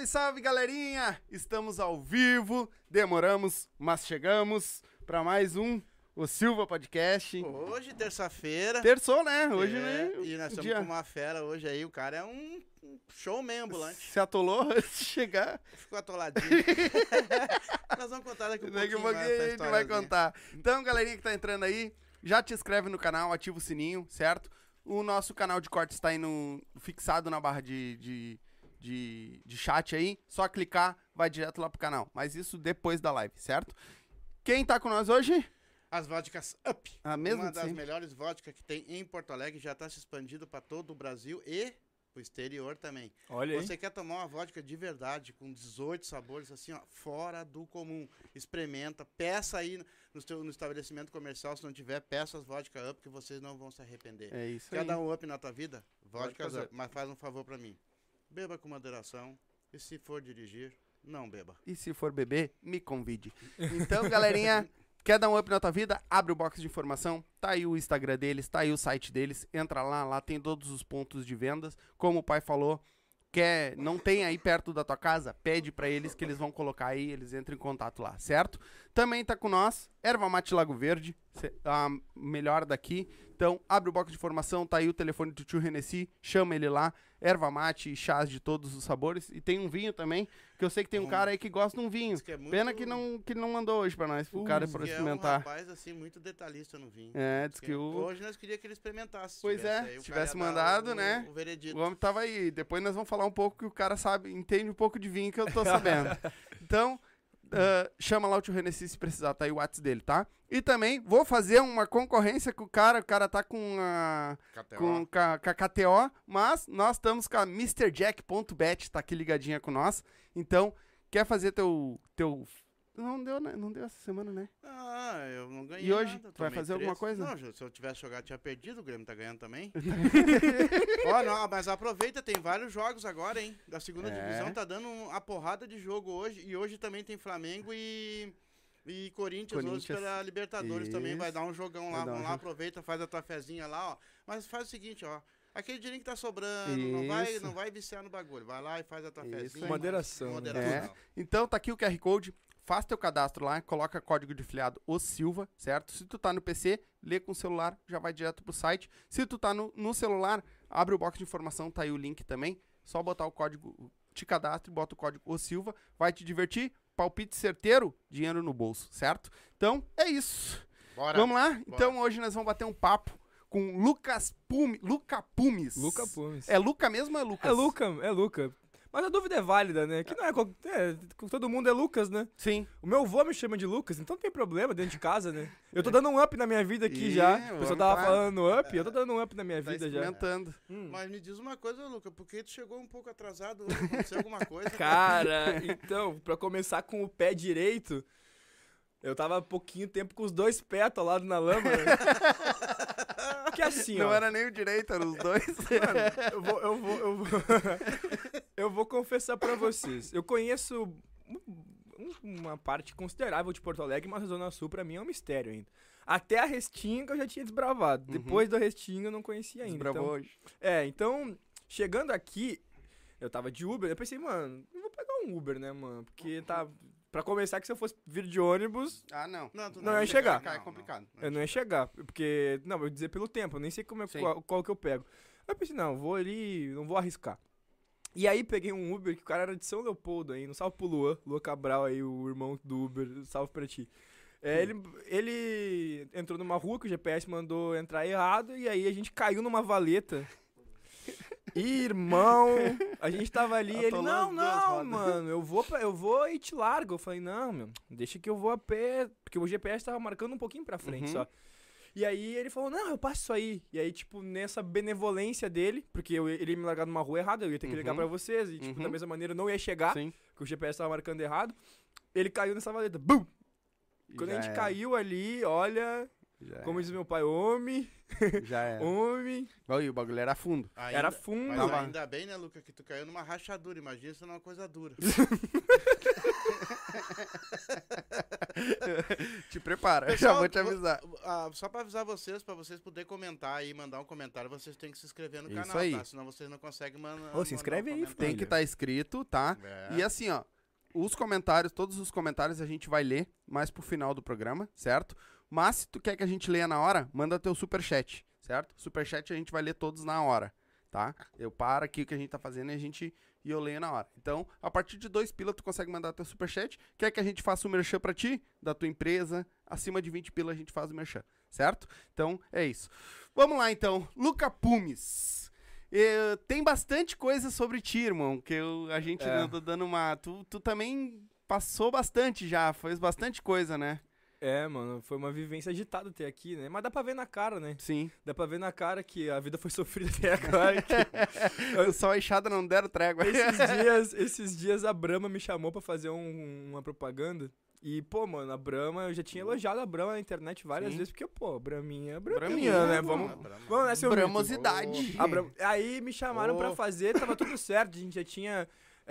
Salve, salve, galerinha! Estamos ao vivo, demoramos, mas chegamos para mais um O Silva Podcast. Hoje, terça-feira. Terçou, né? Hoje, né? E nós estamos com uma fera hoje aí. O cara é um showman ambulante. Se atolou antes de chegar. Ficou atoladinho. Nós vamos contar daqui a Daqui a pouquinho pouquinho a gente vai contar. Então, galerinha que tá entrando aí, já te inscreve no canal, ativa o sininho, certo? O nosso canal de cortes tá aí fixado na barra de chat aí. Só clicar, vai direto lá pro canal. Mas isso depois da live, certo? Quem tá com nós hoje? As vodkas Up. A mesma uma das sempre. melhores vodkas que tem em Porto Alegre. Já tá se expandindo para todo o Brasil e pro exterior também. Olha aí. Você quer tomar uma vodka de verdade, com 18 sabores, assim, ó, fora do comum. Experimenta, peça aí no estabelecimento comercial, se não tiver, peça as vodka Up, que vocês não vão se arrepender. É isso Quer aí. dar um up na tua vida? Vodka Vodkas Up. Mas faz um favor pra mim. Beba com moderação. E se for dirigir, não beba. E se for beber, me convide. Então, galerinha, quer dar um up na tua vida? Abre o box de informação, tá aí o Instagram deles, tá aí o site deles, entra lá tem todos os pontos de vendas. Como o pai falou, não tem aí perto da tua casa, pede pra eles que eles vão colocar aí, eles entram em contato lá, certo? Também tá com nós, Erva Mate Lago Verde, a melhor daqui. Então, abre o box de informação, tá aí o telefone do tio Renessi, chama ele lá, erva mate e chás de todos os sabores. E tem um vinho também, que eu sei que tem um cara aí que gosta de um vinho. Que é muito... Pena que não mandou hoje pra nós, pro cara pra experimentar. É um rapaz, assim, muito detalhista no vinho. É, diz que Hoje nós queríamos que ele experimentasse. Pois é, aí, se o tivesse cara ia dar mandado, né? O veredito. O homem tava aí. Depois nós vamos falar um pouco que o cara entende um pouco de vinho que eu tô sabendo. Então, chama lá o tio Renessi se precisar, tá aí o WhatsApp dele, tá? E também vou fazer uma concorrência com o cara tá com a KTO, mas nós estamos com a MrJack.bet, tá aqui ligadinha com nós. Então, quer fazer teu... Não deu essa semana, né? Ah, eu não ganhei E hoje, nada, tu vai tomei fazer alguma três. coisa? Não, se eu tivesse jogado, tinha perdido, o Grêmio tá ganhando também. Ó, não, mas aproveita, tem vários jogos agora, hein? Da segunda divisão tá dando a porrada de jogo hoje. E hoje também tem Flamengo e Corinthians hoje pela Libertadores também. Vai dar um jogão lá. Vamos lá, aproveita, faz a tua fezinha lá, ó. Mas faz o seguinte, ó. Aquele dinheiro que tá sobrando, não vai viciar no bagulho. Vai lá e faz a tua fezinha. Moderação. Então tá aqui o QR Code. Faz teu cadastro lá, coloca código de filiado O Silva, certo? Se tu tá no PC, lê com o celular, já vai direto pro site. Se tu tá no celular, abre o box de informação, tá aí o link também. Só botar o código, te cadastra e bota o código O Silva. Vai te divertir, palpite certeiro, dinheiro no bolso, certo? Então, é isso. Bora. Vamos lá? Então hoje nós vamos bater um papo com Luca Pumes. Luca Pumes. É Luca mesmo ou é Lucas? É Luca. Mas a dúvida é válida, né? Que não todo mundo é Lucas, né? Sim. O meu avô me chama de Lucas, então não tem problema dentro de casa, né? Eu tô dando um up na minha vida aqui já. O pessoal tava falando up, eu tô dando um up na minha vida já. Mas me diz uma coisa, Luca, por que tu chegou um pouco atrasado hoje? Aconteceu alguma coisa? Cara, então, pra começar com o pé direito, eu tava há pouquinho tempo com os dois pés atolados na lama, né? Que assim, não era nem o direito, eram os dois. Mano, eu vou confessar pra vocês. Eu conheço uma parte considerável de Porto Alegre, mas a Zona Sul pra mim é um mistério ainda. Até a Restinga eu já tinha desbravado. Depois da Restinga eu não conhecia ainda. Desbravou hoje. Então, chegando aqui, eu tava de Uber, eu pensei, mano, eu vou pegar um Uber, né, mano? Porque tá... Pra começar, que se eu fosse vir de ônibus... Ah, não. Não ia chegar. É complicado. Eu não ia chegar, porque... Não, eu ia dizer pelo tempo, eu nem sei qual que eu pego. Aí eu pensei, não, vou ali, não vou arriscar. E aí peguei um Uber, que o cara era de São Leopoldo aí, no salve pro Luan Cabral aí, o irmão do Uber, salve pra ti. Ele entrou numa rua que o GPS mandou entrar errado, e aí a gente caiu numa valeta... Irmão, a gente tava ali, ele, não, mano, eu vou e te largo. Eu falei, não, meu, deixa que eu vou a pé, porque o GPS tava marcando um pouquinho pra frente só. E aí ele falou, não, eu passo isso aí. E aí, tipo, nessa benevolência dele, porque ele ia me largar numa rua errada, eu ia ter que ligar pra vocês, e tipo, da mesma maneira eu não ia chegar, porque o GPS tava marcando errado. Ele caiu nessa valeta, bum! Quando a gente caiu ali, olha... Como diz meu pai, homem. Já era. Homem. E o bagulho era fundo. Era fundo. Mas ainda bem, né, Luca, que tu caiu numa rachadura. Imagina isso numa coisa dura. Te prepara, Pessoal, já vou te avisar. Só pra avisar vocês, pra vocês poderem comentar e mandar um comentário, vocês têm que se inscrever no Isso canal, aí. tá? Senão vocês não conseguem mandar. Ô, se inscreve aí, comentário. Tem que estar escrito, tá? É. E assim, ó, os comentários, todos os comentários a gente vai ler mais pro final do programa, certo? Mas se tu quer que a gente leia na hora, manda teu superchat, certo? Superchat a gente vai ler todos na hora, tá? Eu paro aqui o que a gente tá fazendo e eu leio na hora. Então, a partir de 2 pila tu consegue mandar teu superchat. Quer que a gente faça o merchan pra ti, da tua empresa? Acima de 20 pila a gente faz o merchan, certo? Então, é isso. Vamos lá, então. Luca Pumes. Tem bastante coisa sobre ti, irmão, que a gente anda dando uma... Tu também passou bastante já, fez bastante coisa, né? É, mano, foi uma vivência agitada até aqui, né? Mas dá pra ver na cara, né? Sim. Dá pra ver na cara que a vida foi sofrida até agora. O sol e a enxada não deram trégua. Esses dias a Brahma me chamou pra fazer uma propaganda. E, pô, mano, a Brahma, eu já tinha elogiado a Brahma na internet várias vezes, porque, pô, Braminha, né? Vamos nessa Bramosidade. Aí me chamaram pra fazer, tava tudo certo, a gente já tinha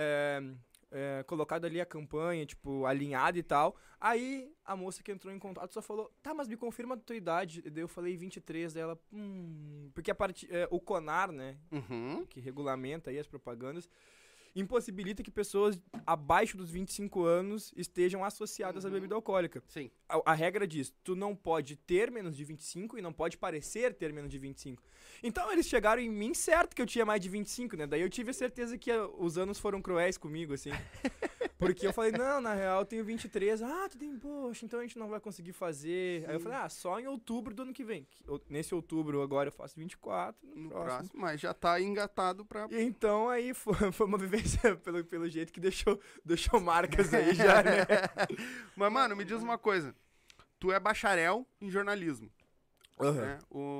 colocado ali a campanha, tipo, alinhada e tal. Aí a moça que entrou em contato só falou, tá, mas me confirma a tua idade. Daí eu falei 23, daí ela, porque o CONAR, né, que regulamenta aí as propagandas, impossibilita que pessoas abaixo dos 25 anos estejam associadas à bebida alcoólica. Sim. A regra diz, tu não pode ter menos de 25 e não pode parecer ter menos de 25. Então eles chegaram em mim certo que eu tinha mais de 25, né? Daí eu tive a certeza que os anos foram cruéis comigo, assim. Porque eu falei, não, na real eu tenho 23. Ah, tu tem, poxa, então a gente não vai conseguir fazer. Sim. Aí eu falei, só em outubro do ano que vem. Nesse outubro agora eu faço 24, no próximo. Mas já tá engatado pra... Então aí foi uma vivência pelo jeito que deixou marcas aí já, né? Mas, mano, me diz uma coisa. Tu é bacharel em jornalismo. Né?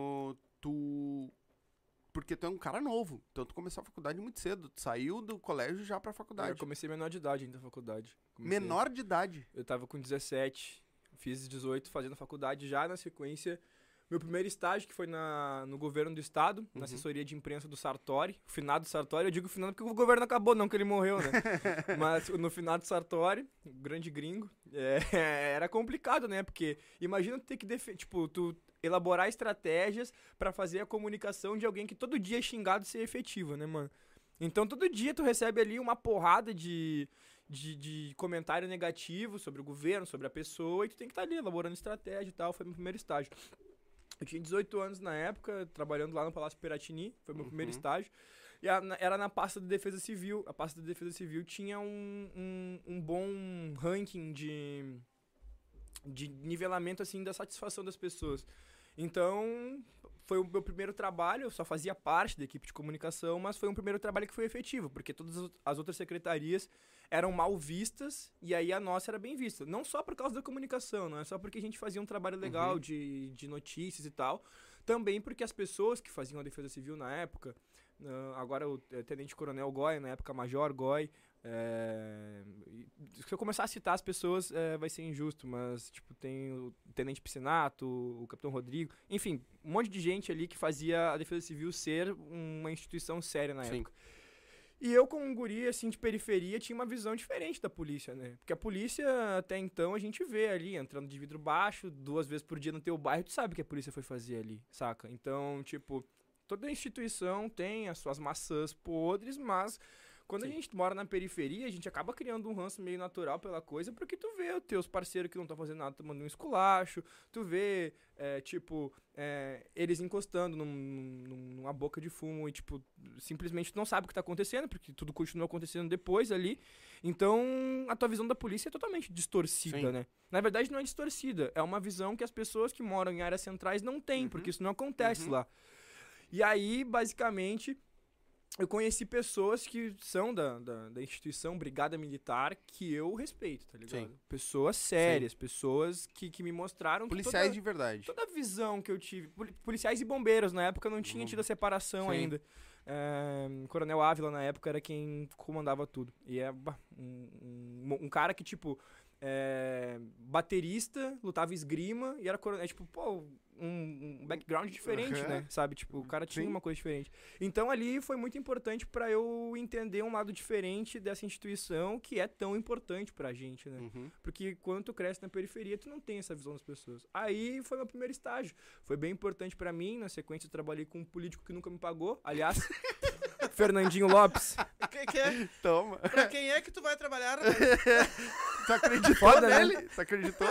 Porque tu é um cara novo. Então tu começou a faculdade muito cedo. Tu saiu do colégio já pra faculdade. Eu comecei menor de idade ainda na faculdade. Menor de idade? Eu tava com 17, fiz 18 fazendo faculdade já na sequência. Meu primeiro estágio, que foi no governo do estado, na assessoria de imprensa do Sartori. O finado Sartori, eu digo finado porque o governo acabou, não que ele morreu, né? Mas no finado Sartori, grande gringo, era complicado, né? Porque imagina tu ter que tu elaborar estratégias pra fazer a comunicação de alguém que todo dia é xingado ser efetivo, né, mano? Então todo dia tu recebe ali uma porrada de comentário negativo sobre o governo, sobre a pessoa, e tu tem que estar ali elaborando estratégia e tal. Foi meu primeiro estágio. Eu tinha 18 anos na época, trabalhando lá no Palácio Piratini, foi meu primeiro estágio. E era na pasta de Defesa Civil. A pasta de Defesa Civil tinha um bom ranking de nivelamento, assim, da satisfação das pessoas. Então, foi o meu primeiro trabalho, eu só fazia parte da equipe de comunicação, mas foi um primeiro trabalho que foi efetivo, porque todas as outras secretarias eram mal vistas, e aí a nossa era bem vista. Não só por causa da comunicação, não é só porque a gente fazia um trabalho legal de notícias e tal, também porque as pessoas que faziam a Defesa Civil na época, agora o Tenente Coronel Goy, na época Major Goy, se eu começar a citar as pessoas vai ser injusto, mas tipo, tem o Tenente Piscinato, o Capitão Rodrigo, enfim, um monte de gente ali que fazia a Defesa Civil ser uma instituição séria na época. E eu, como um guri, assim, de periferia, tinha uma visão diferente da polícia, né? Porque a polícia, até então, a gente vê ali, entrando de vidro baixo, 2 vezes por dia no teu bairro, tu sabe o que a polícia foi fazer ali, saca? Então, tipo, toda instituição tem as suas maçãs podres, mas quando a gente mora na periferia, a gente acaba criando um ranço meio natural pela coisa, porque tu vê os teus parceiros que não estão fazendo nada tomando um esculacho, tu vê, eles encostando numa boca de fumo e, tipo, simplesmente tu não sabe o que tá acontecendo, porque tudo continua acontecendo depois ali. Então, a tua visão da polícia é totalmente distorcida, né? Na verdade, não é distorcida, é uma visão que as pessoas que moram em áreas centrais não têm, porque isso não acontece lá. E aí, basicamente, eu conheci pessoas que são da instituição Brigada Militar que eu respeito, tá ligado? Sim. Pessoas sérias, pessoas que me mostraram... Policiais de verdade. Toda a visão que eu tive. Policiais e bombeiros, na época não tinha tido a separação ainda. Coronel Ávila, na época, era quem comandava tudo. E é um cara que, tipo... baterista, lutava esgrima e era coronel. Tipo, pô, um background diferente, né? Sabe? Tipo, o cara tinha uma coisa diferente. Então ali foi muito importante pra eu entender um lado diferente dessa instituição que é tão importante pra gente, né? Porque quando tu cresce na periferia, tu não tem essa visão das pessoas. Aí foi meu primeiro estágio. Foi bem importante pra mim. Na sequência eu trabalhei com um político que nunca me pagou. Aliás, Fernandinho Lopes. Que é? Toma. Pra quem é que tu vai trabalhar? Tu acreditou Foda, nele? né? Tu acreditou?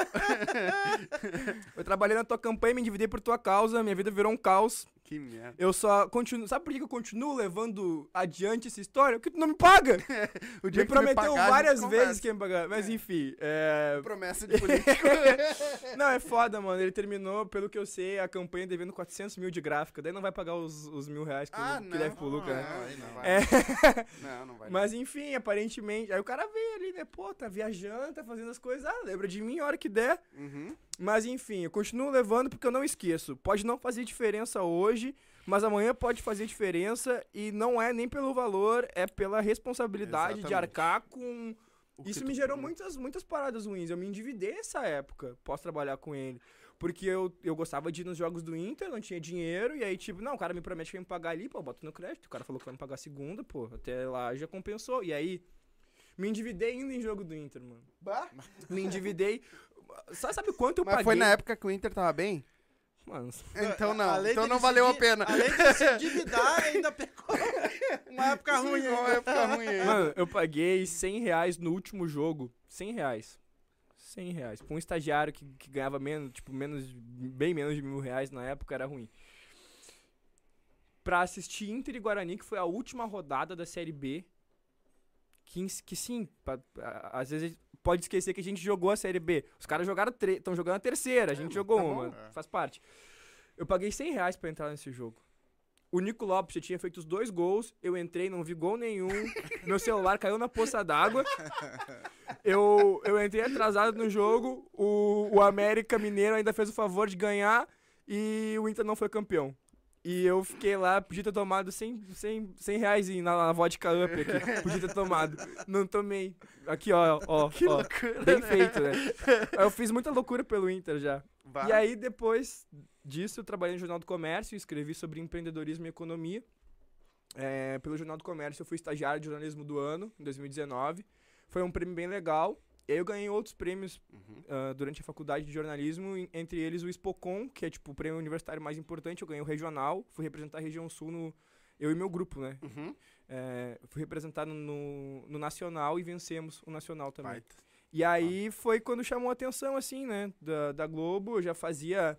Eu trabalhei na tua campanha, me endividei por tua causa, minha vida virou um caos. Que merda. Eu só continuo... Sabe por que eu continuo levando adiante essa história? Porque tu não me paga. O dia Me que tu me prometeu pagar, a várias gente vezes conversa. que ia me pagar. Mas enfim, Promessa de político. Não, é foda, mano. Ele terminou, pelo que eu sei, a campanha devendo 400 mil de gráfica. Daí não vai pagar os R$1.000 que deve pro Luca, né? Não, aí não vai. Não vai. Mas enfim, aparentemente... Aí o cara veio ali, né? Pô, tá viajando, tá fazendo as coisas. Ah, lembra de mim a hora que der. Mas enfim, eu continuo levando porque eu não esqueço. Pode não fazer diferença hoje, mas amanhã pode fazer diferença. E não é nem pelo valor, é pela responsabilidade de arcar com... Isso me gerou muitas paradas ruins. Eu me endividei nessa época, posso trabalhar com ele. Porque eu gostava de ir nos jogos do Inter, não tinha dinheiro, e aí tipo, não, o cara me promete que vai me pagar ali, pô, eu boto no crédito. O cara falou que vai me pagar segunda, pô, até lá já compensou. E aí, me endividei indo em jogo do Inter, mano. Me endividei. Sabe quanto eu paguei? Mas foi na época que o Inter tava bem? Mano, Então não, Além então dele não valeu a se pena. Além de se endividar, ainda pegou uma época ruim. Uma época ruim aí. Mano, eu paguei R$100 no último jogo. R$100. R$100. Pra um estagiário que ganhava menos, tipo, bem menos de R$1.000 na época, era ruim. Pra assistir Inter e Guarani, que foi a última rodada da Série B. Que sim, às vezes pode esquecer que a gente jogou a Série B. Os caras estão jogando a terceira, a gente jogou uma, faz parte. Eu paguei R$100 pra entrar nesse jogo. O Nico Lopes já tinha feito os 2 gols, eu entrei, não vi gol nenhum, meu celular caiu na poça d'água. Eu entrei atrasado no jogo, o América Mineiro ainda fez o favor de ganhar e o Inter não foi campeão. E eu fiquei lá, podia ter tomado R$100 na vodka up aqui. Podia ter tomado. Não tomei. Aqui, ó. Que loucura, bem né? feito, né? Eu fiz muita loucura pelo Inter já. Vai. E aí, depois disso, eu trabalhei no Jornal do Comércio, escrevi sobre empreendedorismo e economia. Pelo Jornal do Comércio, eu fui estagiário de jornalismo do ano, em 2019. Foi um prêmio bem legal. E aí eu ganhei outros prêmios durante a faculdade de jornalismo, entre eles o Spocon, que é tipo o prêmio universitário mais importante. Eu ganhei o regional, fui representar a região sul, eu e meu grupo, né? Fui representado no nacional e vencemos o nacional também. Baita. E aí foi quando chamou a atenção, assim, né, da Globo. Eu já fazia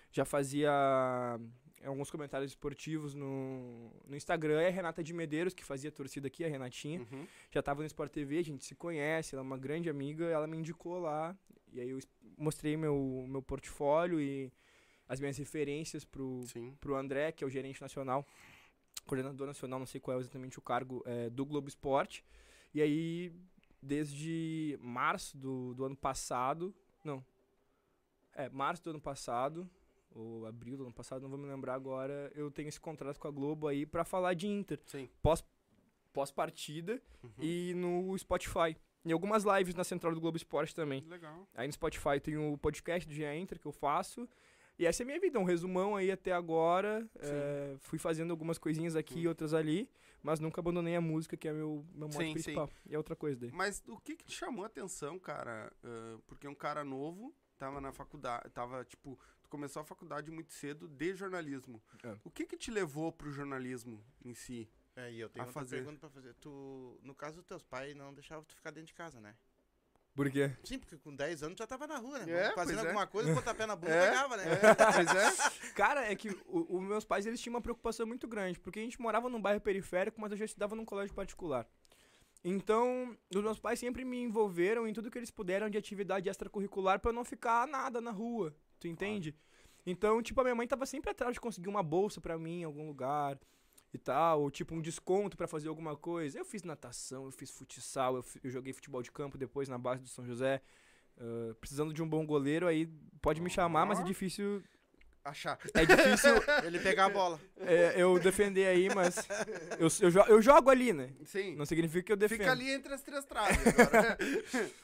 alguns comentários esportivos no Instagram. É a Renata de Medeiros, que fazia a torcida aqui, a Renatinha. Já tava no Sport TV, a gente se conhece, ela é uma grande amiga, ela me indicou lá. E aí eu mostrei meu portfólio e as minhas referências pro André, que é o gerente nacional, coordenador nacional, não sei qual é exatamente o cargo, do Globo Esporte. E aí, desde março do ano passado, março do ano passado, ou abril do ano passado, não vou me lembrar agora, eu tenho esse contrato com a Globo aí pra falar de Inter. Sim. Pós-partida e no Spotify. E algumas lives na central do Globo Esporte também. Legal. Aí no Spotify tem o podcast do GE Inter que eu faço. E essa é a minha vida, um resumão aí até agora. Fui fazendo algumas coisinhas aqui e outras ali, mas nunca abandonei a música, que é meu modo principal. E é outra coisa daí. Mas o que te chamou a atenção, cara? Porque um cara novo tava na faculdade, tu começou a faculdade muito cedo de jornalismo. O que te levou pro jornalismo em si? E eu tenho outra pergunta pra fazer. No caso dos teus pais, não deixavam tu ficar dentro de casa, né? Por quê? Sim, porque com 10 anos tu já tava na rua, né? Fazendo alguma coisa, botar pé na bunda, pegava, né? Cara, é que os meus pais, eles tinham uma preocupação muito grande, porque a gente morava num bairro periférico, mas eu já estudava num colégio particular. Então, os meus pais sempre me envolveram em tudo que eles puderam de atividade extracurricular pra eu não ficar nada na rua, tu entende? Claro. Então, tipo, a minha mãe tava sempre atrás de conseguir uma bolsa pra mim em algum lugar e tal, ou tipo um desconto pra fazer alguma coisa. Eu fiz natação, eu fiz futsal, eu joguei futebol de campo depois na base do São José. Precisando de um bom goleiro, aí pode me chamar, mas é difícil achar. É difícil ele pegar a bola. Eu defender aí, mas eu jogo ali, né? Sim. Não significa que eu defendo. Fica ali entre as 3 traves agora.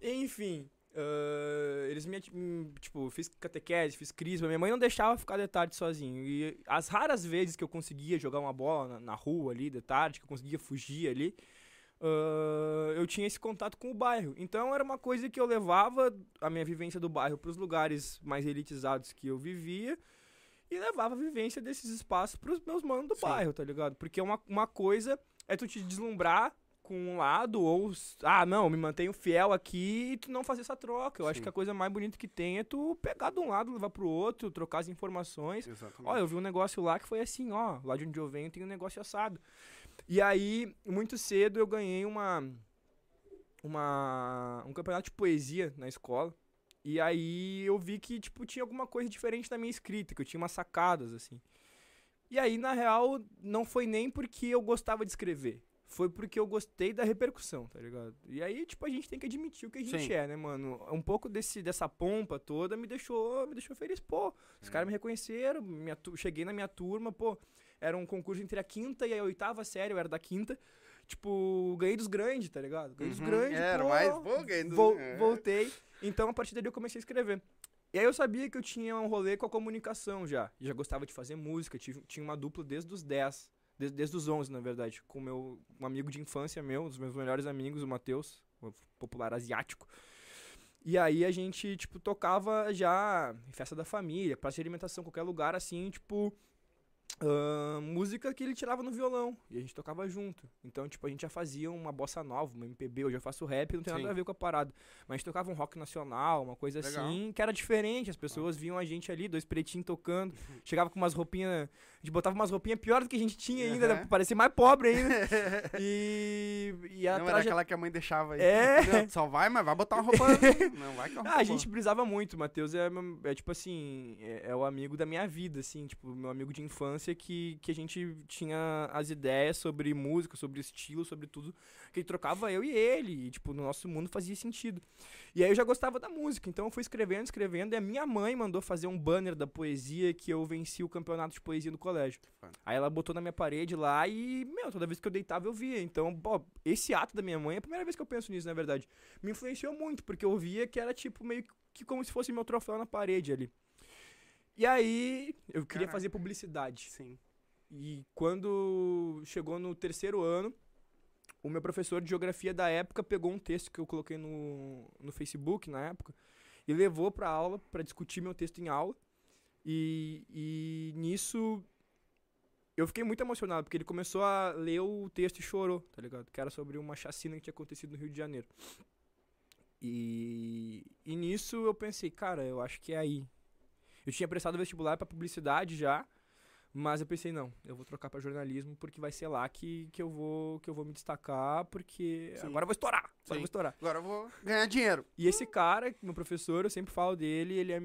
Enfim, eles tipo, fiz catequese, fiz crisma, minha mãe não deixava ficar de tarde sozinho. E as raras vezes que eu conseguia jogar uma bola na rua ali de tarde, que eu conseguia fugir ali, eu tinha esse contato com o bairro. Então era uma coisa que eu levava a minha vivência do bairro pros lugares mais elitizados que eu vivia e levava a vivência desses espaços pros meus manos do bairro, tá ligado? Porque uma coisa é tu te deslumbrar com um lado, ou, não, me mantenho fiel aqui e tu não fazer essa troca. Eu acho que a coisa mais bonita que tem é tu pegar de um lado, levar pro outro, trocar as informações. Ó, eu vi um negócio lá que foi assim, ó, lá de onde eu venho tem um negócio assado. E aí, muito cedo, eu ganhei um campeonato de poesia na escola. E aí eu vi que, tipo, tinha alguma coisa diferente na minha escrita, que eu tinha umas sacadas, assim. E aí, na real, não foi nem porque eu gostava de escrever. Foi porque eu gostei da repercussão, tá ligado? E aí, tipo, a gente tem que admitir o que a gente é, né, mano? Um pouco dessa pompa toda me deixou feliz. Pô, os caras me reconheceram, cheguei na minha turma, pô, era um concurso entre a quinta e a oitava série, eu era da quinta. Tipo, ganhei dos grandes, tá ligado? Ganhei dos grandes, ganhei dos... Voltei. Então, a partir dali eu comecei a escrever. E aí eu sabia que eu tinha um rolê com a comunicação já. Já gostava de fazer música, tinha uma dupla desde os 10. Desde os 11, na verdade, com um amigo de infância meu, um dos meus melhores amigos, o Matheus, o popular asiático. E aí a gente, tipo, tocava já em festa da família, praça de alimentação, qualquer lugar, assim, tipo, música que ele tirava no violão, e a gente tocava junto. Então, tipo, a gente já fazia uma bossa nova, uma MPB, eu já faço rap, não tem nada a ver com a parada. Mas a gente tocava um rock nacional, uma coisa assim, que era diferente, as pessoas viam a gente ali, dois pretinhos tocando, chegava com umas roupinhas, a gente botava umas roupinhas pior do que a gente tinha ainda, pra parecer mais pobre ainda. E não, era aquela que a mãe deixava aí. Não, só vai, mas vai botar uma roupa. Não vai com a roupa. A gente brisava muito, o Matheus é tipo assim, é o amigo da minha vida, assim, tipo, meu amigo de infância que a gente tinha as ideias sobre música, sobre estilo, sobre tudo, que ele trocava eu e ele, e, tipo, no nosso mundo fazia sentido. E aí eu já gostava da música, então eu fui escrevendo, e a minha mãe mandou fazer um banner da poesia que eu venci o campeonato de poesia no colégio. Aí ela botou na minha parede lá e, toda vez que eu deitava eu via. Então, esse ato da minha mãe é a primeira vez que eu penso nisso, na verdade. Me influenciou muito, porque eu via que era, tipo, meio que como se fosse meu troféu na parede ali. E aí, eu queria fazer publicidade. Sim. E quando chegou no terceiro ano, o meu professor de geografia da época pegou um texto que eu coloquei no Facebook na época e levou pra aula, pra discutir meu texto em aula. E nisso eu fiquei muito emocionado, porque ele começou a ler o texto e chorou, tá ligado? Que era sobre uma chacina que tinha acontecido no Rio de Janeiro. E nisso eu pensei, cara, eu acho que é aí. Eu tinha prestado vestibular pra publicidade já, mas eu pensei, não, eu vou trocar pra jornalismo, porque vai ser lá que eu vou me destacar, porque agora eu vou estourar. Agora eu vou ganhar dinheiro. E esse cara, meu professor, eu sempre falo dele, ele é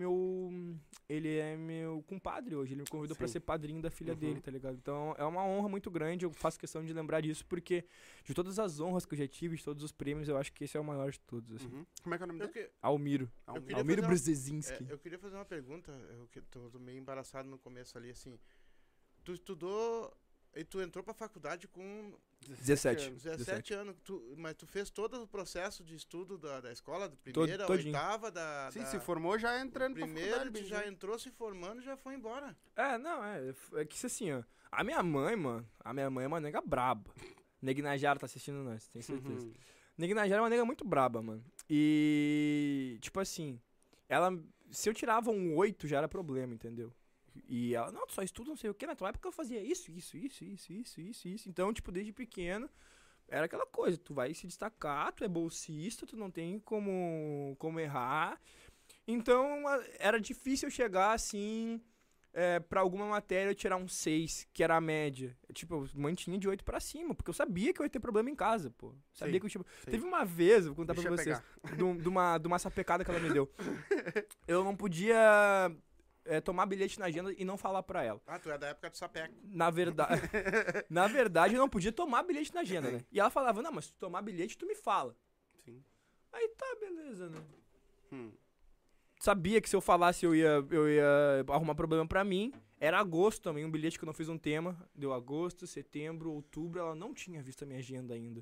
meu compadre hoje, ele me convidou pra ser padrinho da filha dele, tá ligado? Então é uma honra muito grande, eu faço questão de lembrar disso, porque de todas as honras que eu já tive, de todos os prêmios, eu acho que esse é o maior de todos, assim. Como é que é o nome dele? Almiro Brzezinski. Eu queria fazer uma pergunta, eu tô meio embaraçado no começo ali, assim. Tu estudou e tu entrou pra faculdade com 17 anos. Mas tu fez todo o processo de estudo da escola, da primeira, oitava, se formou já entrando pra faculdade. Primeiro, tu já entrou se formando e já foi embora. É que assim, ó, a minha mãe é uma nega braba. Nega Najara tá assistindo nós, tenho certeza. Nega Najara é uma nega muito braba, mano. E, tipo assim, se eu tirava um 8 já era problema, entendeu? E ela, não, tu só estuda não sei o que, na tua época eu fazia isso. Então, tipo, desde pequeno, era aquela coisa, tu vai se destacar, tu é bolsista, tu não tem como errar. Então, era difícil eu chegar, assim, pra alguma matéria eu tirar um 6, que era a média. Tipo, eu mantinha de 8 pra cima, porque eu sabia que eu ia ter problema em casa, pô. Sabia que eu tinha... Teve uma vez, vou contar pra vocês, de uma sapecada que ela me deu. Eu não podia... tomar bilhete na agenda e não falar pra ela. Tu é da época do sapeco. Na verdade, eu não podia tomar bilhete na agenda, né? E ela falava, não, mas se tu tomar bilhete, tu me fala. Sim. Aí tá, beleza, né? Sabia que se eu falasse eu ia arrumar problema pra mim. Era agosto também, um bilhete que eu não fiz um tema. Deu agosto, setembro, outubro, ela não tinha visto a minha agenda ainda.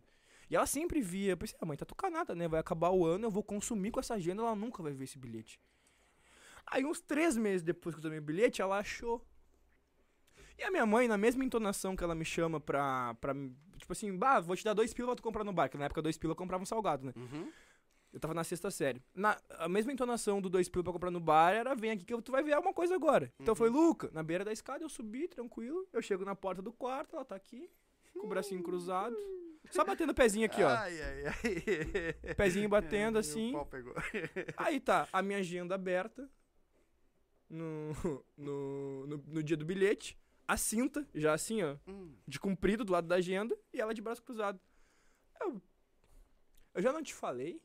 E ela sempre via, eu pensei, mãe, tá tocando nada, né? Vai acabar o ano, eu vou consumir com essa agenda, ela nunca vai ver esse bilhete. Aí uns 3 meses depois que eu tomei o bilhete, ela achou. E a minha mãe, na mesma entonação que ela me chama pra tipo assim, vou te dar 2 pila pra tu comprar no bar, que na época 2 pila eu comprava um salgado, né? Eu tava na 6ª série. A mesma entonação do 2 pila pra comprar no bar era, vem aqui que tu vai ver alguma coisa agora. Então foi, Luca, na beira da escada, eu subi, tranquilo, eu chego na porta do quarto, ela tá aqui, com o bracinho cruzado, só batendo o pezinho aqui, ó. Pezinho batendo assim. O pau pegou. Aí tá, a minha agenda aberta no dia do bilhete, a cinta, já assim, ó, de comprido do lado da agenda, e ela de braço cruzado. Eu já não te falei?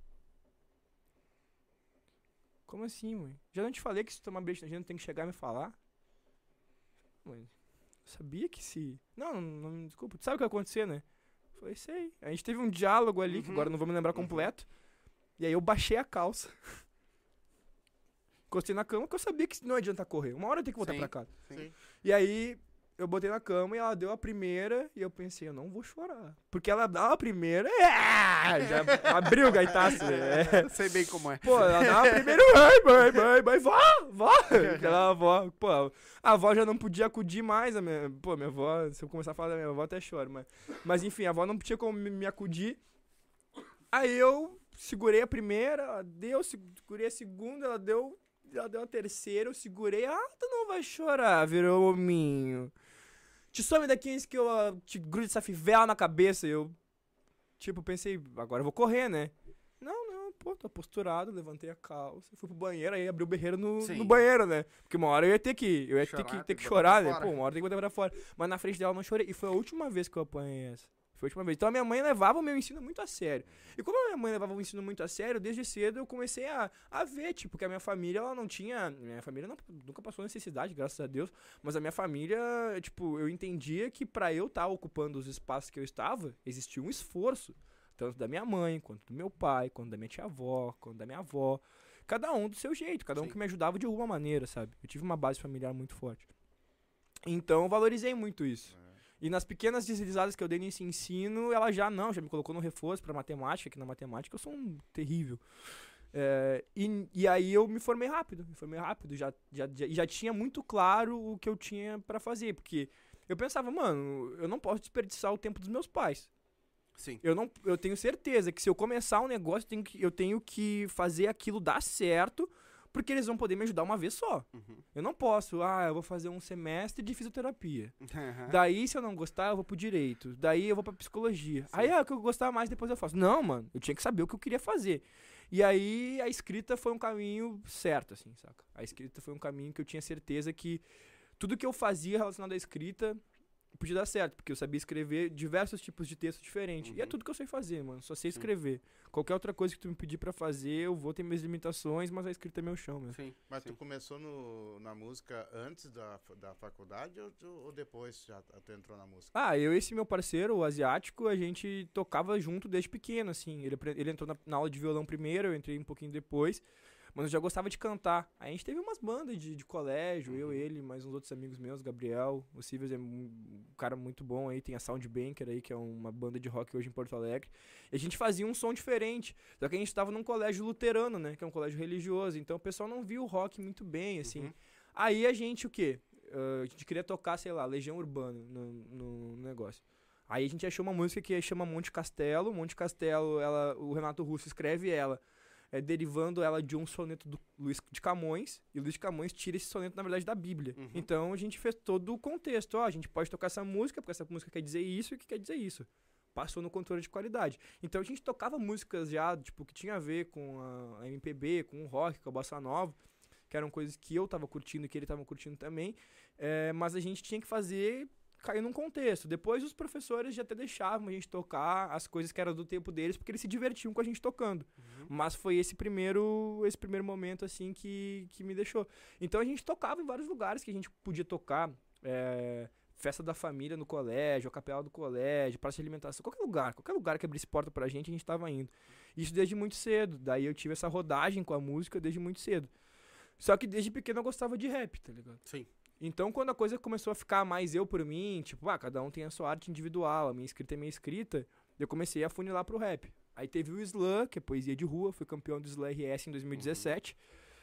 Como assim, mãe? Já não te falei que se tomar bilhete na agenda tem que chegar e me falar? Mãe, eu sabia que se... Não, desculpa, tu sabe o que vai acontecer, né? Eu falei, sei. A gente teve um diálogo ali, que agora não vou me lembrar completo, e aí eu baixei a calça. Encostei na cama, porque eu sabia que não adianta correr. Uma hora eu tenho que voltar pra casa. Sim. E aí, eu botei na cama e ela deu a primeira, e eu pensei, eu não vou chorar. Porque ela dá a primeira, já abriu o gaitaço. Sei bem como é. Pô, ela dá a primeira, mãe, vó. Aquela avó, pô, a avó já não podia acudir mais. Minha avó, se eu começar a falar da minha avó, até choro. Mas enfim, a avó não tinha como me acudir. Aí eu segurei a primeira, ela deu, segurei a segunda, ela deu a terceira, eu segurei. Tu não vai chorar, virou hominho. Te some daqui antes que eu te grude essa fivela na cabeça. Eu, pensei, agora eu vou correr, né? Não, tô posturado, levantei a calça, fui pro banheiro, aí abri o berreiro no banheiro, né? Porque uma hora eu ia ter que chorar, né? Uma hora tem que botar pra fora. Mas na frente dela eu não chorei. E foi a última vez que eu apanhei essa. Foi a última vez. Então a minha mãe levava o meu ensino muito a sério. E como a minha mãe levava o ensino muito a sério, desde cedo eu comecei a ver, que a minha família, ela não tinha... Minha família nunca passou necessidade, graças a Deus. Mas a minha família, eu entendia que pra eu estar ocupando os espaços que eu estava, existia um esforço. Tanto da minha mãe, quanto do meu pai, quanto da minha tia-avó, quanto da minha avó. Cada um do seu jeito, cada um que me ajudava de alguma maneira, sabe? Eu tive uma base familiar muito forte. Então eu valorizei muito isso. E nas pequenas deslizadas que eu dei nesse ensino, ela já me colocou no reforço pra matemática, que na matemática eu sou um terrível. E aí eu me formei rápido, já tinha muito claro o que eu tinha pra fazer, porque eu pensava, mano, eu não posso desperdiçar o tempo dos meus pais. Sim. Eu tenho certeza que se eu começar um negócio, eu tenho que fazer aquilo dar certo, porque eles vão poder me ajudar uma vez só. Eu não posso, eu vou fazer um semestre de fisioterapia. Daí, se eu não gostar, eu vou pro direito. Daí, eu vou pra psicologia. Sim. Aí, o que eu gostar mais, depois eu faço. Não, mano, eu tinha que saber o que eu queria fazer. E aí, a escrita foi um caminho certo, assim, saca? A escrita foi um caminho que eu tinha certeza que tudo que eu fazia relacionado à escrita podia dar certo, porque eu sabia escrever diversos tipos de texto diferentes. E é tudo que eu sei fazer, mano. Só sei escrever. Qualquer outra coisa que tu me pedir pra fazer, eu vou ter minhas limitações, mas a escrita é meu chão, mesmo. Sim. Mas tu começou na música antes da faculdade ou depois já tu entrou na música? Eu e esse meu parceiro, o asiático, a gente tocava junto desde pequeno, assim. Ele entrou na aula de violão primeiro, eu entrei um pouquinho depois. Mas eu já gostava de cantar. Aí a gente teve umas bandas de colégio, eu, ele, mais uns outros amigos meus, Gabriel. O Silvio é um cara muito bom aí, tem a Soundbanker aí, que é uma banda de rock hoje em Porto Alegre. E a gente fazia um som diferente. Só que a gente tava num colégio luterano, né, que é um colégio religioso. Então o pessoal não via o rock muito bem, assim. Aí a gente, a gente queria tocar, sei lá, Legião Urbana no negócio. Aí a gente achou uma música que chama Monte Castelo. Monte Castelo, o Renato Russo escreve ela, derivando ela de um soneto do Luiz de Camões, e o Luiz de Camões tira esse soneto, na verdade, da Bíblia. Então a gente fez todo o contexto. A gente pode tocar essa música, porque essa música quer dizer isso e que quer dizer isso. Passou no controle de qualidade. Então a gente tocava músicas já, que tinha a ver com a MPB, com o rock, com a bossa nova, que eram coisas que eu tava curtindo e que ele tava curtindo também. Mas a gente tinha que fazer cair num contexto. Depois os professores já até deixavam a gente tocar as coisas que eram do tempo deles, porque eles se divertiam com a gente tocando. Mas foi esse primeiro momento, assim, que me deixou. Então a gente tocava em vários lugares que a gente podia tocar. Festa da família no colégio, a capela do colégio, praça de alimentação, qualquer lugar que abrisse porta pra gente, a gente tava indo. Isso desde muito cedo. Daí eu tive essa rodagem com a música desde muito cedo. Só que desde pequeno eu gostava de rap, tá ligado? Sim. Então, quando a coisa começou a ficar mais eu por mim, tipo, cada um tem a sua arte individual, a minha escrita é minha escrita, eu comecei a funilar pro rap. Aí teve o Slam, que é poesia de rua, fui campeão do Slam RS em 2017.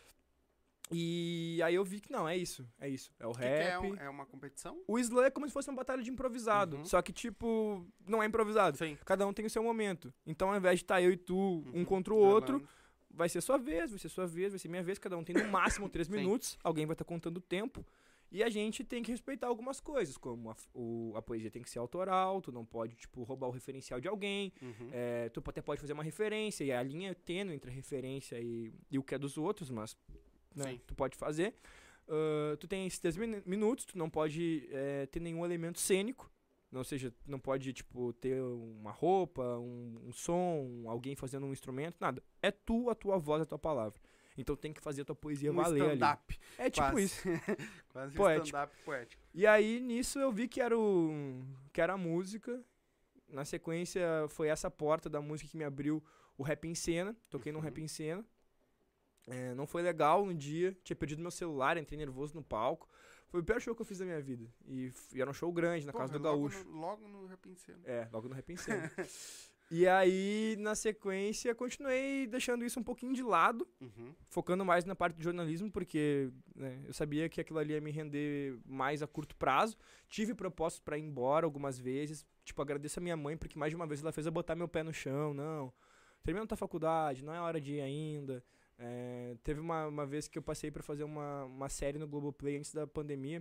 E aí eu vi que não, é isso. É o rap. Que é uma competição? O Slam é como se fosse uma batalha de improvisado. Só que, tipo, não é improvisado. Sim. Cada um tem o seu momento. Então, ao invés de estar eu e tu, um contra o outro, vai ser sua vez, vai ser minha vez. Cada um tem no máximo 3 minutos. Alguém vai estar contando o tempo. E a gente tem que respeitar algumas coisas, como a poesia tem que ser autoral, tu não pode, tipo, roubar o referencial de alguém. Tu até pode fazer uma referência, e a linha é tênue entre a referência e o que é dos outros, mas... Né, tu pode fazer. Tu tem esses 3 minutos, tu não pode ter nenhum elemento cênico. Ou seja, não pode, tipo, ter uma roupa, um som, alguém fazendo um instrumento, nada. É tu, a tua voz, a tua palavra. Então tem que fazer a tua poesia valer ali. Stand-up. É tipo Quase. isso. Quase Poético. stand-up poético. E aí, nisso, eu vi que era a música. Na sequência, foi essa porta da música que me abriu o Rap em Cena. Toquei no Rap em Cena. Não foi legal no dia, tinha perdido meu celular, entrei nervoso no palco. Foi o pior show que eu fiz da minha vida. E era um show grande, na casa do Gaúcho. Logo no Rap em Cena. Logo no Rap em Cena. E aí, na sequência, continuei deixando isso um pouquinho de lado, focando mais na parte de jornalismo, porque né, eu sabia que aquilo ali ia me render mais a curto prazo. Tive propostas pra ir embora algumas vezes. Tipo, agradeço a minha mãe, porque mais de uma vez ela fez eu botar meu pé no chão. Não, termina tua faculdade, não é hora de ir ainda. Teve uma vez que eu passei pra fazer uma série no Globoplay antes da pandemia.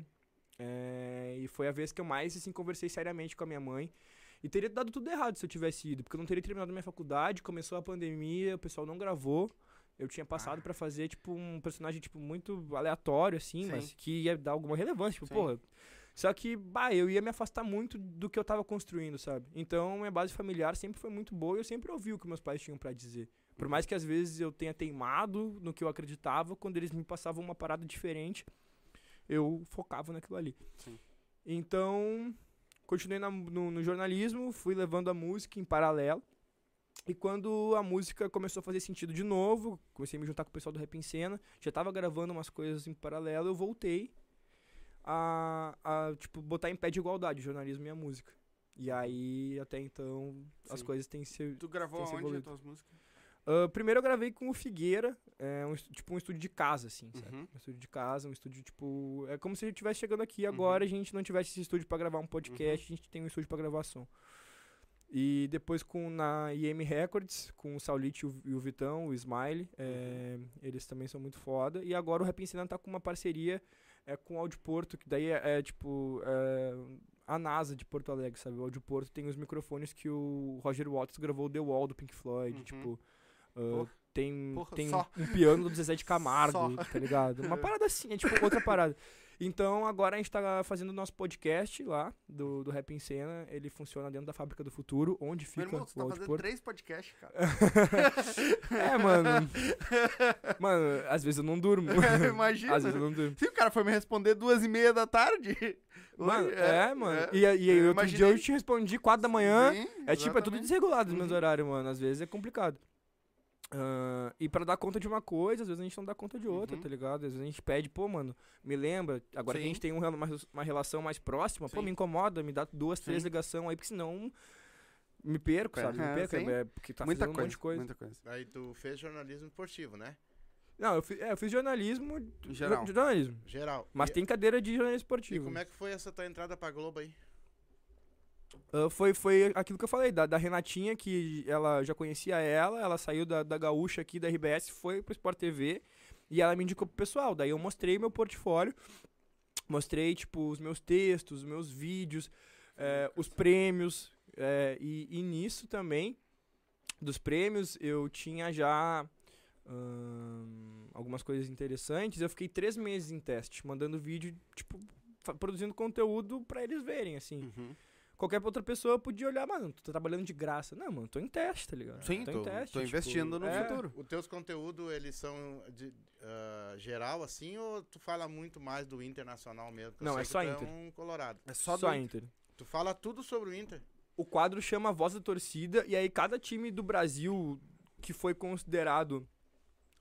E foi a vez que eu mais assim, conversei seriamente com a minha mãe. E teria dado tudo errado se eu tivesse ido, porque eu não teria terminado a minha faculdade, começou a pandemia, o pessoal não gravou. Eu tinha passado pra fazer, tipo, um personagem, tipo, muito aleatório, assim, mas que ia dar alguma relevância, tipo, porra. Só que, eu ia me afastar muito do que eu tava construindo, sabe? Então, minha base familiar sempre foi muito boa e eu sempre ouvi o que meus pais tinham pra dizer. Por mais que às vezes eu tenha teimado no que eu acreditava, quando eles me passavam uma parada diferente, eu focava naquilo ali. Então, continuei no jornalismo, fui levando a música em paralelo. E quando a música começou a fazer sentido de novo, comecei a me juntar com o pessoal do Rap em Cena, já tava gravando umas coisas em paralelo, eu voltei a tipo, botar em pé de igualdade o jornalismo e a música. E aí, até então, as coisas têm se Tu gravou aonde as tuas músicas? Primeiro eu gravei com o Figueira, um estúdio de casa, assim, sabe? Um estúdio de casa, um estúdio, tipo... É como se a gente estivesse chegando aqui agora, a gente não tivesse esse estúdio pra gravar um podcast, a gente tem um estúdio pra gravar som. E depois na IM Records, com o Saulite e o Vitão, o Smile, eles também são muito foda. E agora o Rap em Cena tá com uma parceria com o Audio Porto, que daí a NASA de Porto Alegre, sabe? O Audio Porto tem os microfones que o Roger Waters gravou The Wall do Pink Floyd, tipo... tem um piano do Zezé de Camargo, tá ligado? Uma parada assim, é tipo outra parada. Então agora a gente tá fazendo o nosso podcast lá, do Rap em Cena. Ele funciona dentro da Fábrica do Futuro, onde fica Meu irmão, tu tá fazendo 3 podcasts, cara. Mano. Mano, às vezes eu não durmo. Imagina. Às vezes eu não durmo. Se o cara foi me responder 2h30 da tarde... Mano, mano. E aí outro dia eu te respondi 4 da manhã. Sim, é tudo desregulado os meus horários, mano. Às vezes é complicado. E pra dar conta de uma coisa, às vezes a gente não dá conta de outra, tá ligado? Às vezes a gente pede, pô, mano, me lembra, agora que a gente tem uma relação mais próxima, pô, me incomoda, me dá 2, 3 ligações aí, porque senão me perco, sabe? Me perco, porque tá fazendo um monte de coisa. Muita coisa. Aí tu fez jornalismo esportivo, né? Não, eu fiz jornalismo... Geral. Jornalismo. Geral. Mas tem cadeira de jornalismo esportivo. E como é que foi essa tua entrada pra Globo aí? Foi aquilo que eu falei, da Renatinha, que ela já conhecia ela saiu da Gaúcha aqui, da RBS, foi pro Sport TV, e ela me indicou pro pessoal. Daí eu mostrei meu portfólio, mostrei, tipo, os meus textos, os meus vídeos, os prêmios, e nisso também, dos prêmios, eu tinha já algumas coisas interessantes. Eu fiquei 3 meses em teste, mandando vídeo, tipo, produzindo conteúdo pra eles verem, assim. Qualquer outra pessoa podia olhar, mano, tu tá trabalhando de graça. Não, mano, tô em teste, tá ligado? Sim, tô em teste. Tô investindo no futuro. Os teus conteúdos, eles são de geral, assim, ou tu fala muito mais do internacional mesmo? Porque não, é só Inter. Colorado. É só Inter. Tu fala tudo sobre o Inter? O quadro chama Voz da Torcida, e aí cada time do Brasil que foi considerado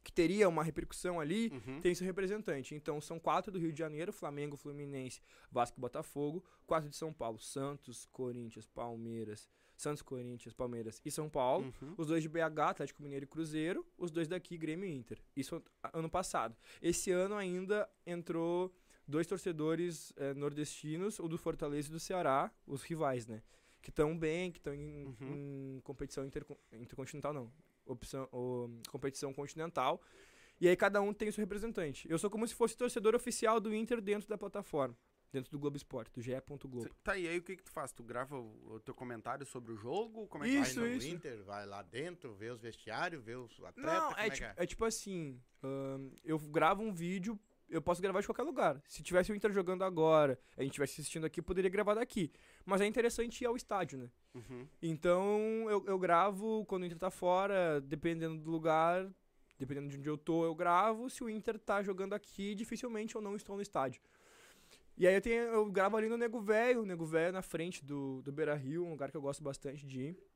que teria uma repercussão ali, tem seu representante. Então, são 4 do Rio de Janeiro, Flamengo, Fluminense, Vasco e Botafogo. 4 de São Paulo, Santos, Corinthians, Palmeiras, e São Paulo. Os 2 de BH, Atlético Mineiro e Cruzeiro. Os 2 daqui, Grêmio e Inter. Isso ano passado. Esse ano ainda entrou 2 torcedores nordestinos, o do Fortaleza e do Ceará, os rivais, né? Que estão bem, que estão em competição intercontinental, não. Competição continental. E aí cada um tem o seu representante. Eu sou como se fosse torcedor oficial do Inter dentro da plataforma. Dentro do Globo Esporte, do ge.globo. Tá, e aí o que tu faz? Tu grava o teu comentário sobre o jogo? Como é que isso, vai no isso. Inter, vai lá dentro, vê os vestiários, vê os atletas, Não, é tipo assim, eu gravo um vídeo, eu posso gravar de qualquer lugar. Se tivesse o Inter jogando agora, a gente estivesse assistindo aqui, eu poderia gravar daqui. Mas é interessante ir ao estádio, né? Então, eu gravo quando o Inter tá fora, dependendo do lugar, dependendo de onde eu tô, eu gravo. Se o Inter tá jogando aqui, dificilmente eu não estou no estádio. E aí eu gravo ali no Nego Velho na frente do Beira-Rio, um lugar que eu gosto bastante de ir.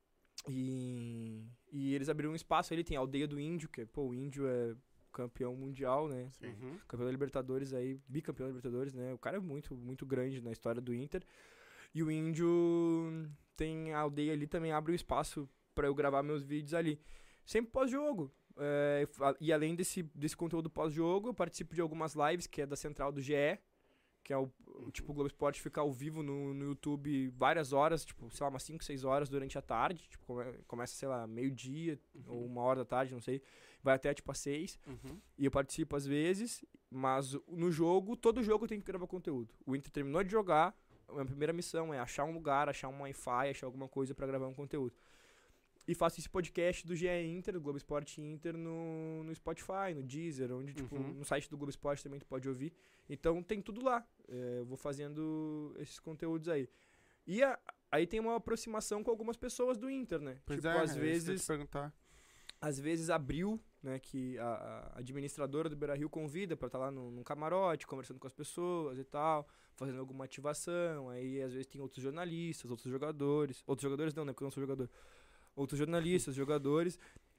E eles abriram um espaço ali, tem a Aldeia do Índio, que o Índio é campeão mundial, né? Campeão da Libertadores aí, bicampeão da Libertadores, né? O cara é muito, muito grande na história do Inter. E o Índio tem a aldeia ali, também abre um espaço pra eu gravar meus vídeos ali. Sempre pós-jogo. E além desse conteúdo pós-jogo, eu participo de algumas lives, que é da Central do GE, que é o Globo Esporte fica ao vivo no YouTube várias horas, tipo, sei lá, umas 5, 6 horas durante a tarde, tipo, começa, sei lá, meio-dia ou 1h da tarde, não sei, vai até, tipo, às 6, e eu participo às vezes, mas no jogo, todo jogo eu tenho que gravar conteúdo. O Inter terminou de jogar, a minha primeira missão é achar um lugar, achar um Wi-Fi, achar alguma coisa pra gravar um conteúdo. E faço esse podcast do GE Inter, do Globo Esporte Inter, no Spotify, no Deezer, onde, tipo, no site do Globo Esporte também tu pode ouvir. Então tem tudo lá. Eu vou fazendo esses conteúdos aí. E aí tem uma aproximação com algumas pessoas do Inter, né? Pois tipo, às vezes. Às vezes abriu, né? Que a administradora do Beira-Rio convida pra estar lá num camarote, conversando com as pessoas e tal, fazendo alguma ativação. Aí às vezes tem outros jornalistas, outros jogadores. Outros jogadores não, né? Porque eu não sou jogador. Outros jornalistas, jogadores,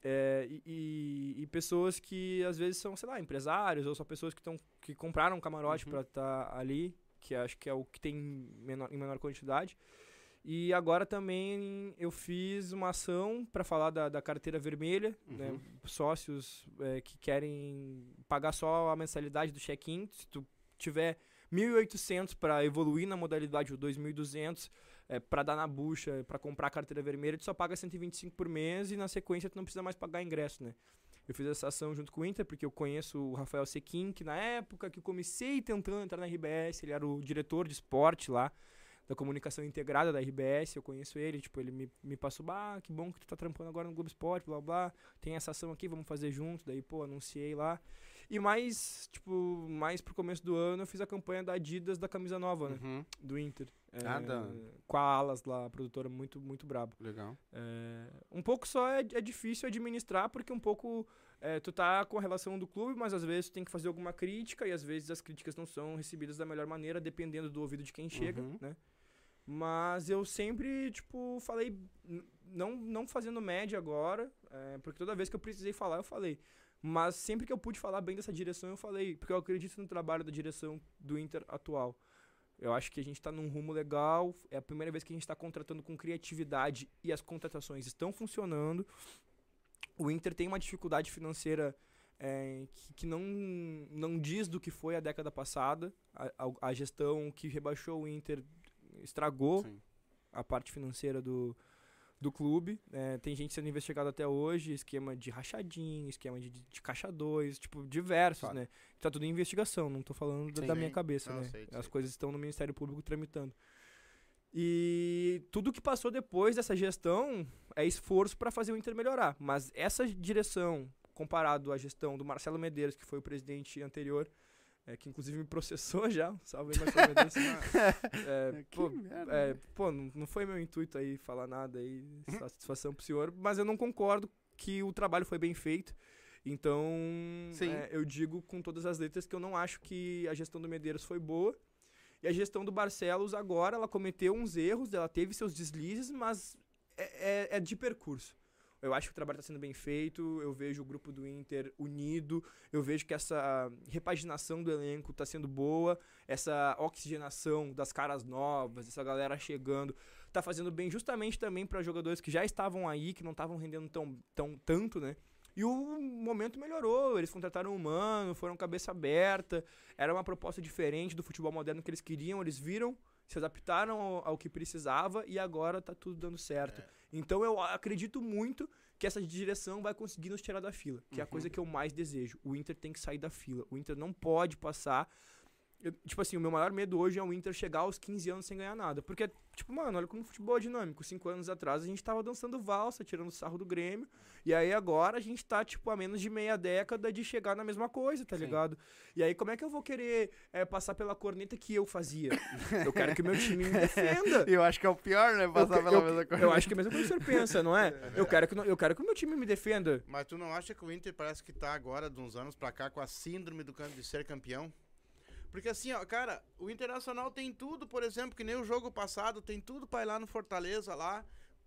e pessoas que às vezes são, sei lá, empresários, ou só pessoas que compraram um camarote pra estar ali, que acho que é o que tem em menor quantidade. E agora também eu fiz uma ação para falar da carteira vermelha, né, sócios que querem pagar só a mensalidade do check-in. Se tu tiver 1.800 para evoluir na modalidade ou 2.200, pra dar na bucha, pra comprar a carteira vermelha, tu só paga 125 por mês e na sequência tu não precisa mais pagar ingresso, né? Eu fiz essa ação junto com o Inter, porque eu conheço o Rafael Sequin, que na época que eu comecei tentando entrar na RBS, ele era o diretor de esporte lá, da comunicação integrada da RBS, eu conheço ele, tipo, ele me passou, que bom que tu tá trampando agora no Globo Esporte, blá, blá, tem essa ação aqui, vamos fazer junto, daí, anunciei lá. E mais pro começo do ano, eu fiz a campanha da Adidas da camisa nova, né? Do Inter. Com a Alas lá, a produtora muito, muito braba. Legal. Um pouco só é difícil administrar, porque um pouco tu tá com a relação do clube, mas às vezes tu tem que fazer alguma crítica, e às vezes as críticas não são recebidas da melhor maneira, dependendo do ouvido de quem chega, né? Mas eu sempre, tipo, falei, não fazendo média agora, porque toda vez que eu precisei falar, eu falei. Mas sempre que eu pude falar bem dessa direção, eu falei, porque eu acredito no trabalho da direção do Inter atual. Eu acho que a gente tá num rumo legal, é a primeira vez que a gente tá contratando com criatividade e as contratações estão funcionando. O Inter tem uma dificuldade financeira que não diz do que foi a década passada. A gestão que rebaixou o Inter estragou a parte financeira do clube. Tem gente sendo investigada até hoje, esquema de rachadinho, esquema de caixa 2, tipo, diversos, né? Tá tudo em investigação, não tô falando da minha cabeça, né? As coisas estão no Ministério Público tramitando. E tudo que passou depois dessa gestão é esforço para fazer o Inter melhorar. Mas essa direção, comparado à gestão do Marcelo Medeiros, que foi o presidente anterior, que inclusive me processou já, salve aí, Marcelo Medeiros. Não foi meu intuito aí falar nada aí, satisfação pro senhor, mas eu não concordo que o trabalho foi bem feito. Então, eu digo com todas as letras que eu não acho que a gestão do Medeiros foi boa. E a gestão do Barcelos agora, ela cometeu uns erros, ela teve seus deslizes, mas é de percurso. Eu acho que o trabalho tá sendo bem feito, eu vejo o grupo do Inter unido, eu vejo que essa repaginação do elenco tá sendo boa, essa oxigenação das caras novas, essa galera chegando, tá fazendo bem justamente também para jogadores que já estavam aí, que não estavam rendendo tanto, né? E o momento melhorou, eles contrataram um Mano, foram cabeça aberta, era uma proposta diferente do futebol moderno que eles queriam, eles viram, se adaptaram ao que precisava e agora tá tudo dando certo. Então eu acredito muito que essa direção vai conseguir nos tirar da fila, que é a coisa que eu mais desejo. O Inter tem que sair da fila, o Inter não pode passar... tipo assim, o meu maior medo hoje é o Inter chegar aos 15 anos sem ganhar nada. Porque, tipo, mano, olha como o futebol é dinâmico. 5 anos atrás a gente tava dançando valsa, tirando sarro do Grêmio. E aí agora a gente tá, tipo, a menos de meia década de chegar na mesma coisa, tá ligado? E aí como é que eu vou querer passar pela corneta que eu fazia? Eu quero que o meu time me defenda. Eu acho que é o pior, né? Passar pela mesma coisa. Eu acho que é a mesma coisa que o senhor pensa, não é? Eu quero que o meu time me defenda. Mas tu não acha que o Inter parece que tá agora, de uns anos pra cá, com a síndrome de ser campeão? Porque assim, ó, cara, o Internacional tem tudo, por exemplo, que nem o jogo passado, tem tudo pra ir lá no Fortaleza, lá.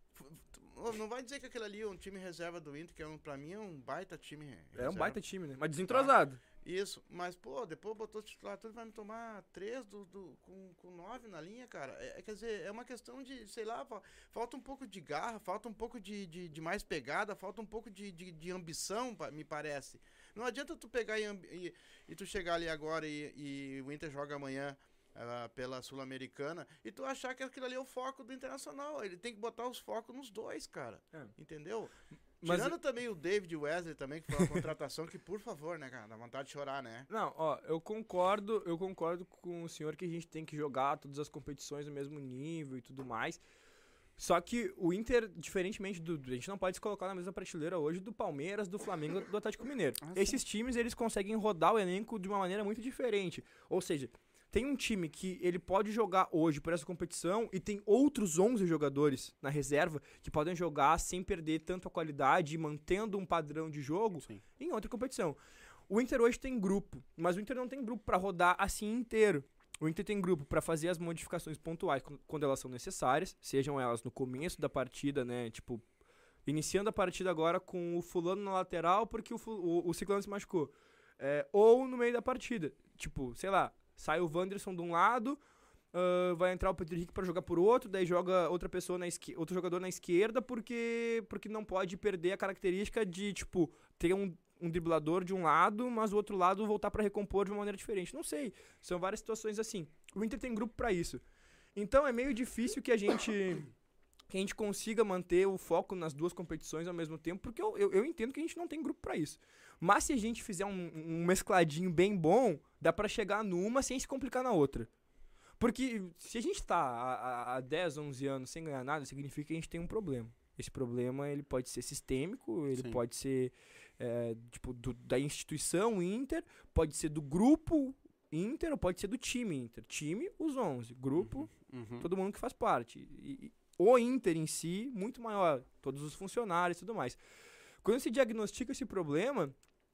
Não vai dizer que aquele ali é um time reserva do Inter, que pra mim é um baita time reserva. É um baita time, né? Mas desentrosado. Isso, mas, pô, depois botou titular, tudo vai me tomar 3 com 9 na linha, cara. Quer dizer, é uma questão de, sei lá, falta um pouco de garra, falta um pouco de mais pegada, falta um pouco de ambição, me parece. Não adianta tu pegar e tu chegar ali agora e o Inter joga amanhã pela Sul-Americana e tu achar que aquilo ali é o foco do Internacional. Ele tem que botar os focos nos dois, cara. Entendeu? Mas tirando também o David Wesley também, que foi uma contratação que, por favor, né, cara, dá vontade de chorar, né? Não, ó, eu concordo com o senhor que a gente tem que jogar todas as competições no mesmo nível e tudo mais. Só que o Inter, diferentemente a gente não pode se colocar na mesma prateleira hoje do Palmeiras, do Flamengo, do Atlético Mineiro. Esses times, eles conseguem rodar o elenco de uma maneira muito diferente. Ou seja, tem um time que ele pode jogar hoje por essa competição e tem outros 11 jogadores na reserva que podem jogar sem perder tanto a qualidade e mantendo um padrão de jogo em outra competição. O Inter hoje tem grupo, mas o Inter não tem grupo pra rodar assim inteiro. O Inter tem grupo para fazer as modificações pontuais quando elas são necessárias, sejam elas no começo da partida, né, tipo, iniciando a partida agora com o fulano na lateral porque o ciclano se machucou, ou no meio da partida, tipo, sei lá, sai o Wanderson de um lado, vai entrar o Pedro Henrique para jogar por outro, daí joga outra pessoa outro jogador na esquerda porque não pode perder a característica de, tipo, ter um driblador de um lado, mas o outro lado voltar pra recompor de uma maneira diferente. Não sei. São várias situações assim. O Inter tem grupo pra isso. Então é meio difícil que a gente consiga manter o foco nas duas competições ao mesmo tempo, porque eu entendo que a gente não tem grupo pra isso. Mas se a gente fizer um mescladinho bem bom, dá pra chegar numa sem se complicar na outra. Porque se a gente tá há 10, 11 anos sem ganhar nada, significa que a gente tem um problema. Esse problema ele pode ser sistêmico, ele pode ser tipo, da instituição Inter, pode ser do grupo Inter ou pode ser do time Inter. Time, os 11. Grupo, todo mundo que faz parte. E o Inter em si, muito maior. Todos os funcionários e tudo mais. Quando se diagnostica esse problema,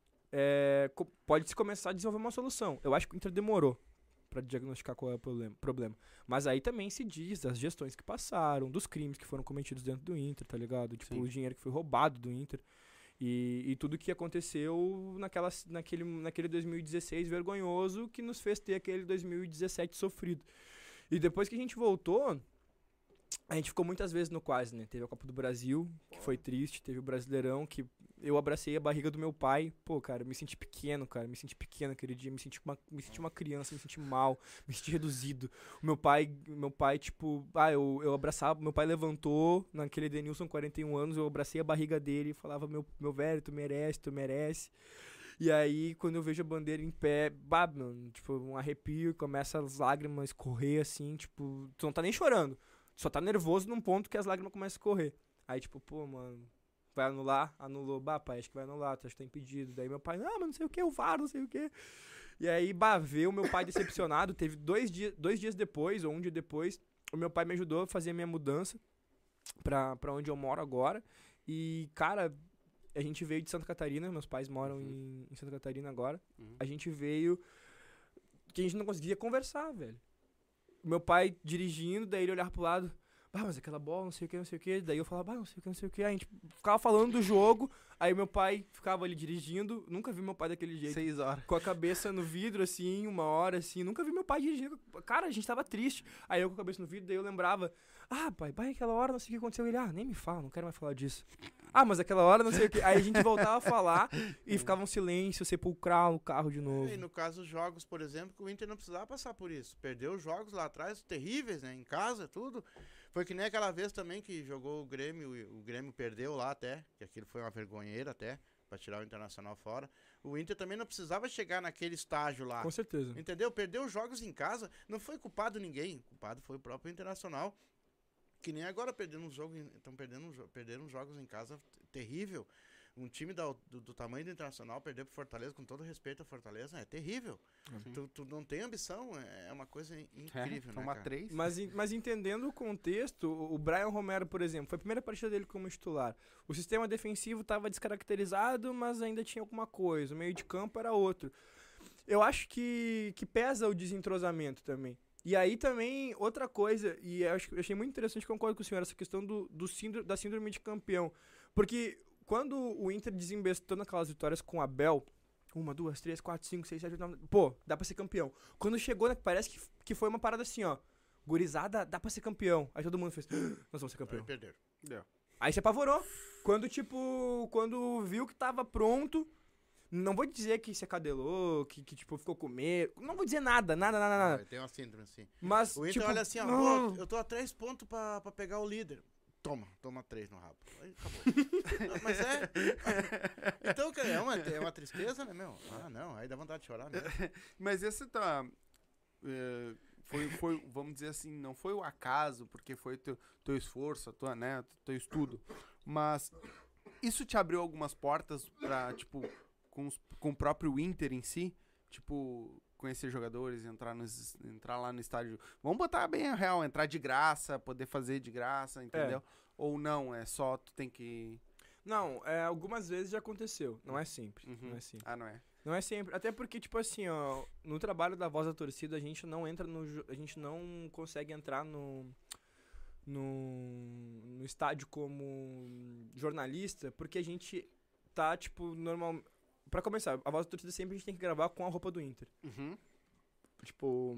pode-se começar a desenvolver uma solução. Eu acho que o Inter demorou para diagnosticar qual é o problema. Mas aí também se diz das gestões que passaram, dos crimes que foram cometidos dentro do Inter, tá ligado? Tipo, o dinheiro que foi roubado do Inter. E tudo que aconteceu naquele 2016 vergonhoso que nos fez ter aquele 2017 sofrido. E depois que a gente voltou, a gente ficou muitas vezes no quase, né? Teve a Copa do Brasil, que foi triste, teve o Brasileirão, que eu abracei a barriga do meu pai. Pô, cara, eu me senti pequeno, aquele dia, me senti uma criança, me senti mal, me senti reduzido. O meu pai, tipo, eu abraçava, meu pai levantou naquele Edenilson, 41 anos, eu abracei a barriga dele e falava, meu velho, tu merece. E aí, quando eu vejo a bandeira em pé, mano, tipo, um arrepio, começa as lágrimas a escorrer, assim, tipo, tu não tá nem chorando, só tá nervoso num ponto que as lágrimas começam a escorrer. Aí, tipo, pô, mano, vai anular? Anulou. Pai, acho que vai anular, tu acha que tá impedido. Daí meu pai, mas não sei o que, o VAR, não sei o que. E aí, ver o meu pai decepcionado, teve 2 dias depois, ou um dia depois, o meu pai me ajudou a fazer a minha mudança pra onde eu moro agora. E, cara, a gente veio de Santa Catarina, meus pais moram em Santa Catarina agora. A gente veio que a gente não conseguia conversar, velho. O meu pai dirigindo, daí ele olhar pro lado, mas aquela bola, não sei o que. Daí eu falava, não sei o que. Aí a gente ficava falando do jogo, aí meu pai ficava ali dirigindo. Nunca vi meu pai daquele jeito. 6 horas. Com a cabeça no vidro, assim, 1 hora, assim. Nunca vi meu pai dirigindo. Cara, a gente tava triste. Aí eu com a cabeça no vidro, daí eu lembrava, pai, aquela hora, não sei o que aconteceu. Ele, nem me fala, não quero mais falar disso. Mas aquela hora, não sei o que. Aí a gente voltava a falar e ficava um silêncio sepulcral no carro de novo. E no caso dos jogos, por exemplo, que o Inter não precisava passar por isso. Perdeu os jogos lá atrás, terríveis, né? Em casa, tudo. Foi que nem aquela vez também que jogou o Grêmio, e o Grêmio perdeu lá até, que aquilo foi uma vergonheira até, pra tirar o Internacional fora. O Inter também não precisava chegar naquele estágio lá. Com certeza. Entendeu? Perdeu os jogos em casa, não foi culpado ninguém. Culpado foi o próprio Internacional. Que nem agora perderam jogos em casa terrível. Um time do tamanho do Internacional perder pro Fortaleza, com todo respeito à Fortaleza, é terrível. Tu não tem ambição, é uma coisa incrível, né, Toma cara? 3. Mas entendendo o contexto, o Brian Romero, por exemplo, foi a primeira partida dele como titular. O sistema defensivo estava descaracterizado, mas ainda tinha alguma coisa. O meio de campo era outro. Eu acho que pesa o desentrosamento também. E aí também, outra coisa, e eu achei muito interessante, concordo com o senhor, essa questão da síndrome de campeão. Porque quando o Inter desembestou naquelas vitórias com o Abel, 1, 2, 3, 4, 5, 6, 7, 8, 9, dá pra ser campeão. Quando chegou, né, parece que foi uma parada assim, gurizada, dá pra ser campeão. Aí todo mundo fez, nós vamos ser campeão. Aí perderam. Aí se apavorou. Quando viu que tava pronto, não vou dizer que se acadelou, que ficou com medo. Não vou dizer nada. Tem uma síndrome assim. Mas, O Inter olha assim, eu tô a 3 pontos pra pegar o líder. Toma 3 no rabo. Aí acabou. Não, mas é. Então, cara, é uma tristeza, né, meu? Não, aí dá vontade de chorar, né? Mas esse tá. Foi, vamos dizer assim, não foi o acaso, porque foi teu esforço, teu estudo. Mas isso te abriu algumas portas pra, tipo, com o próprio Inter em si? Tipo, conhecer jogadores, entrar lá no estádio. Vamos botar bem a real, entrar de graça, poder fazer de graça, entendeu? Ou não, é só tu tem que... Não, algumas vezes já aconteceu. Não é sempre. Uhum. Não é sempre. Não é? Não é sempre. Até porque, tipo assim, no trabalho da Voz da Torcida, a gente não entra a gente não consegue entrar no estádio como jornalista, porque a gente tá, tipo, normal. Pra começar, a Voz da Torcida sempre a gente tem que gravar com a roupa do Inter. Uhum. Tipo,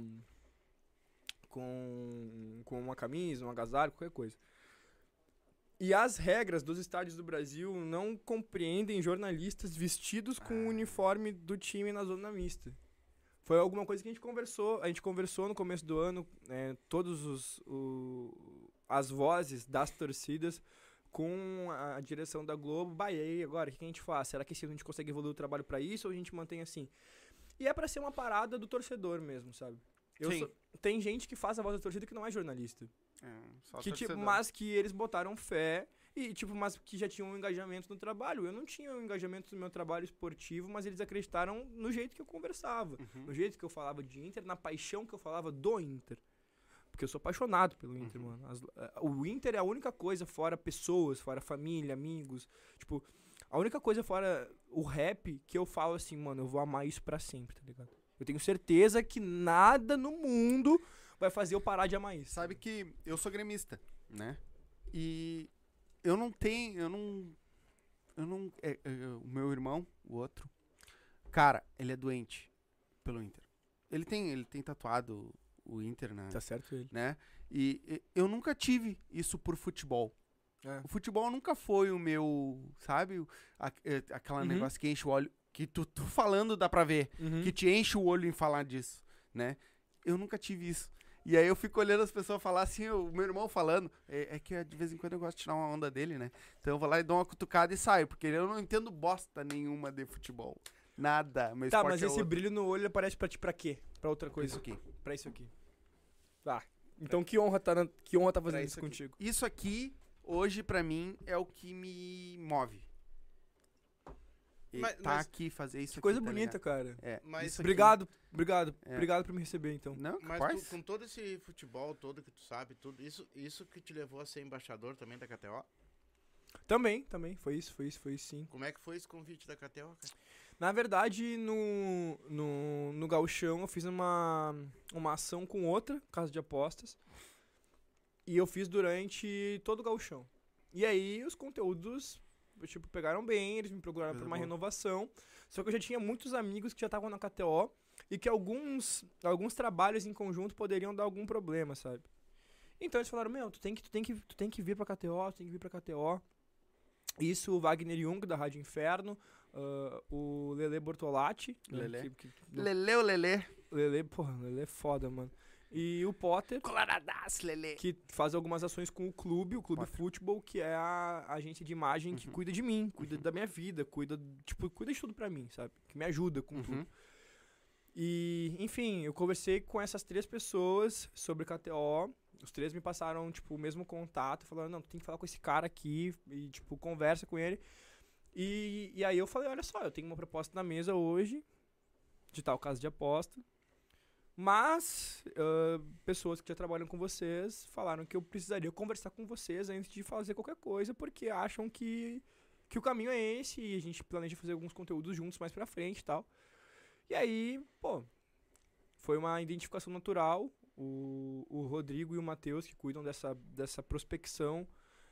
com uma camisa, um agasalho, qualquer coisa. E as regras dos estádios do Brasil não compreendem jornalistas vestidos com o uniforme do time na zona mista. Foi alguma coisa que a gente conversou no começo do ano, todos as vozes das torcidas com a direção da Globo. E aí, agora, o que a gente faz? Será que a gente consegue evoluir o trabalho pra isso ou a gente mantém assim? E é pra ser uma parada do torcedor mesmo, sabe? Tem gente que faz a Voz da Torcida que não é jornalista. Só Mas que eles botaram fé e, mas que já tinham um engajamento no trabalho. Eu não tinha um engajamento no meu trabalho esportivo, mas eles acreditaram no jeito que eu conversava, no jeito que eu falava de Inter, na paixão que eu falava do Inter. Porque eu sou apaixonado pelo Inter, mano. O Inter é a única coisa fora pessoas, fora família, amigos. Tipo, a única coisa fora o rap que eu falo assim, mano, eu vou amar isso pra sempre, tá ligado? Eu tenho certeza que nada no mundo vai fazer eu parar de amar isso. Sabe que eu sou gremista, né? E o meu irmão, o outro, cara, ele é doente pelo Inter. Ele tem tatuado o Inter, né? Tá certo ele. Né? E eu nunca tive isso por futebol. O futebol nunca foi o meu, sabe? Aquela negócio que enche o olho, que tu falando dá pra ver, que te enche o olho em falar disso, né? Eu nunca tive isso. E aí eu fico olhando as pessoas falar assim, o meu irmão falando, é que de vez em quando eu gosto de tirar uma onda dele, né? Então eu vou lá e dou uma cutucada e saio, porque eu não entendo bosta nenhuma de futebol. Nada. Meu tá, mas esse brilho no olho aparece pra ti pra quê? Pra outra coisa? Isso aqui. Pra isso aqui. Tá. Então que honra tá fazendo isso contigo. Isso aqui, hoje, pra mim, é o que me move. Aqui, fazer isso que coisa aqui, bonita, tá cara. Mas obrigado por me receber, então. Não, mas com todo esse futebol todo que tu sabe, tudo isso que te levou a ser embaixador também da KTO? Também, foi isso sim. Como é que foi esse convite da KTO, cara? Na verdade, no Gauchão eu fiz uma ação com outra casa de apostas. E eu fiz durante todo o gauchão. E aí os conteúdos, tipo, pegaram bem, eles me procuraram por uma renovação. Só que eu já tinha muitos amigos que já estavam na KTO e que alguns trabalhos em conjunto poderiam dar algum problema, sabe? Então eles falaram, tu tem que vir pra KTO, tu tem que vir pra KTO. Isso, o Wagner Jung, da Rádio Inferno, o Lele Bortolatti. Lele. Lele, porra, Lele é foda, mano. E o Potter, Coloradaço, Lele. que faz algumas ações com o Clube Futebol, que é a agência de imagem que cuida de mim, cuida da minha vida, cuida de tudo pra mim, sabe? Que me ajuda com tudo. E, enfim, eu conversei com essas 3 pessoas sobre KTO. Os 3 me passaram, tipo, o mesmo contato, falaram, não, tu tem que falar com esse cara aqui e, tipo, conversa com ele. E aí eu falei, olha só, eu tenho uma proposta na mesa hoje, de tal casa de aposta. Mas pessoas que já trabalham com vocês falaram que eu precisaria conversar com vocês antes de fazer qualquer coisa, porque acham que o caminho é esse e a gente planeja fazer alguns conteúdos juntos mais pra frente e tal. E aí, pô, foi uma identificação natural. O Rodrigo e o Matheus, que cuidam dessa prospecção,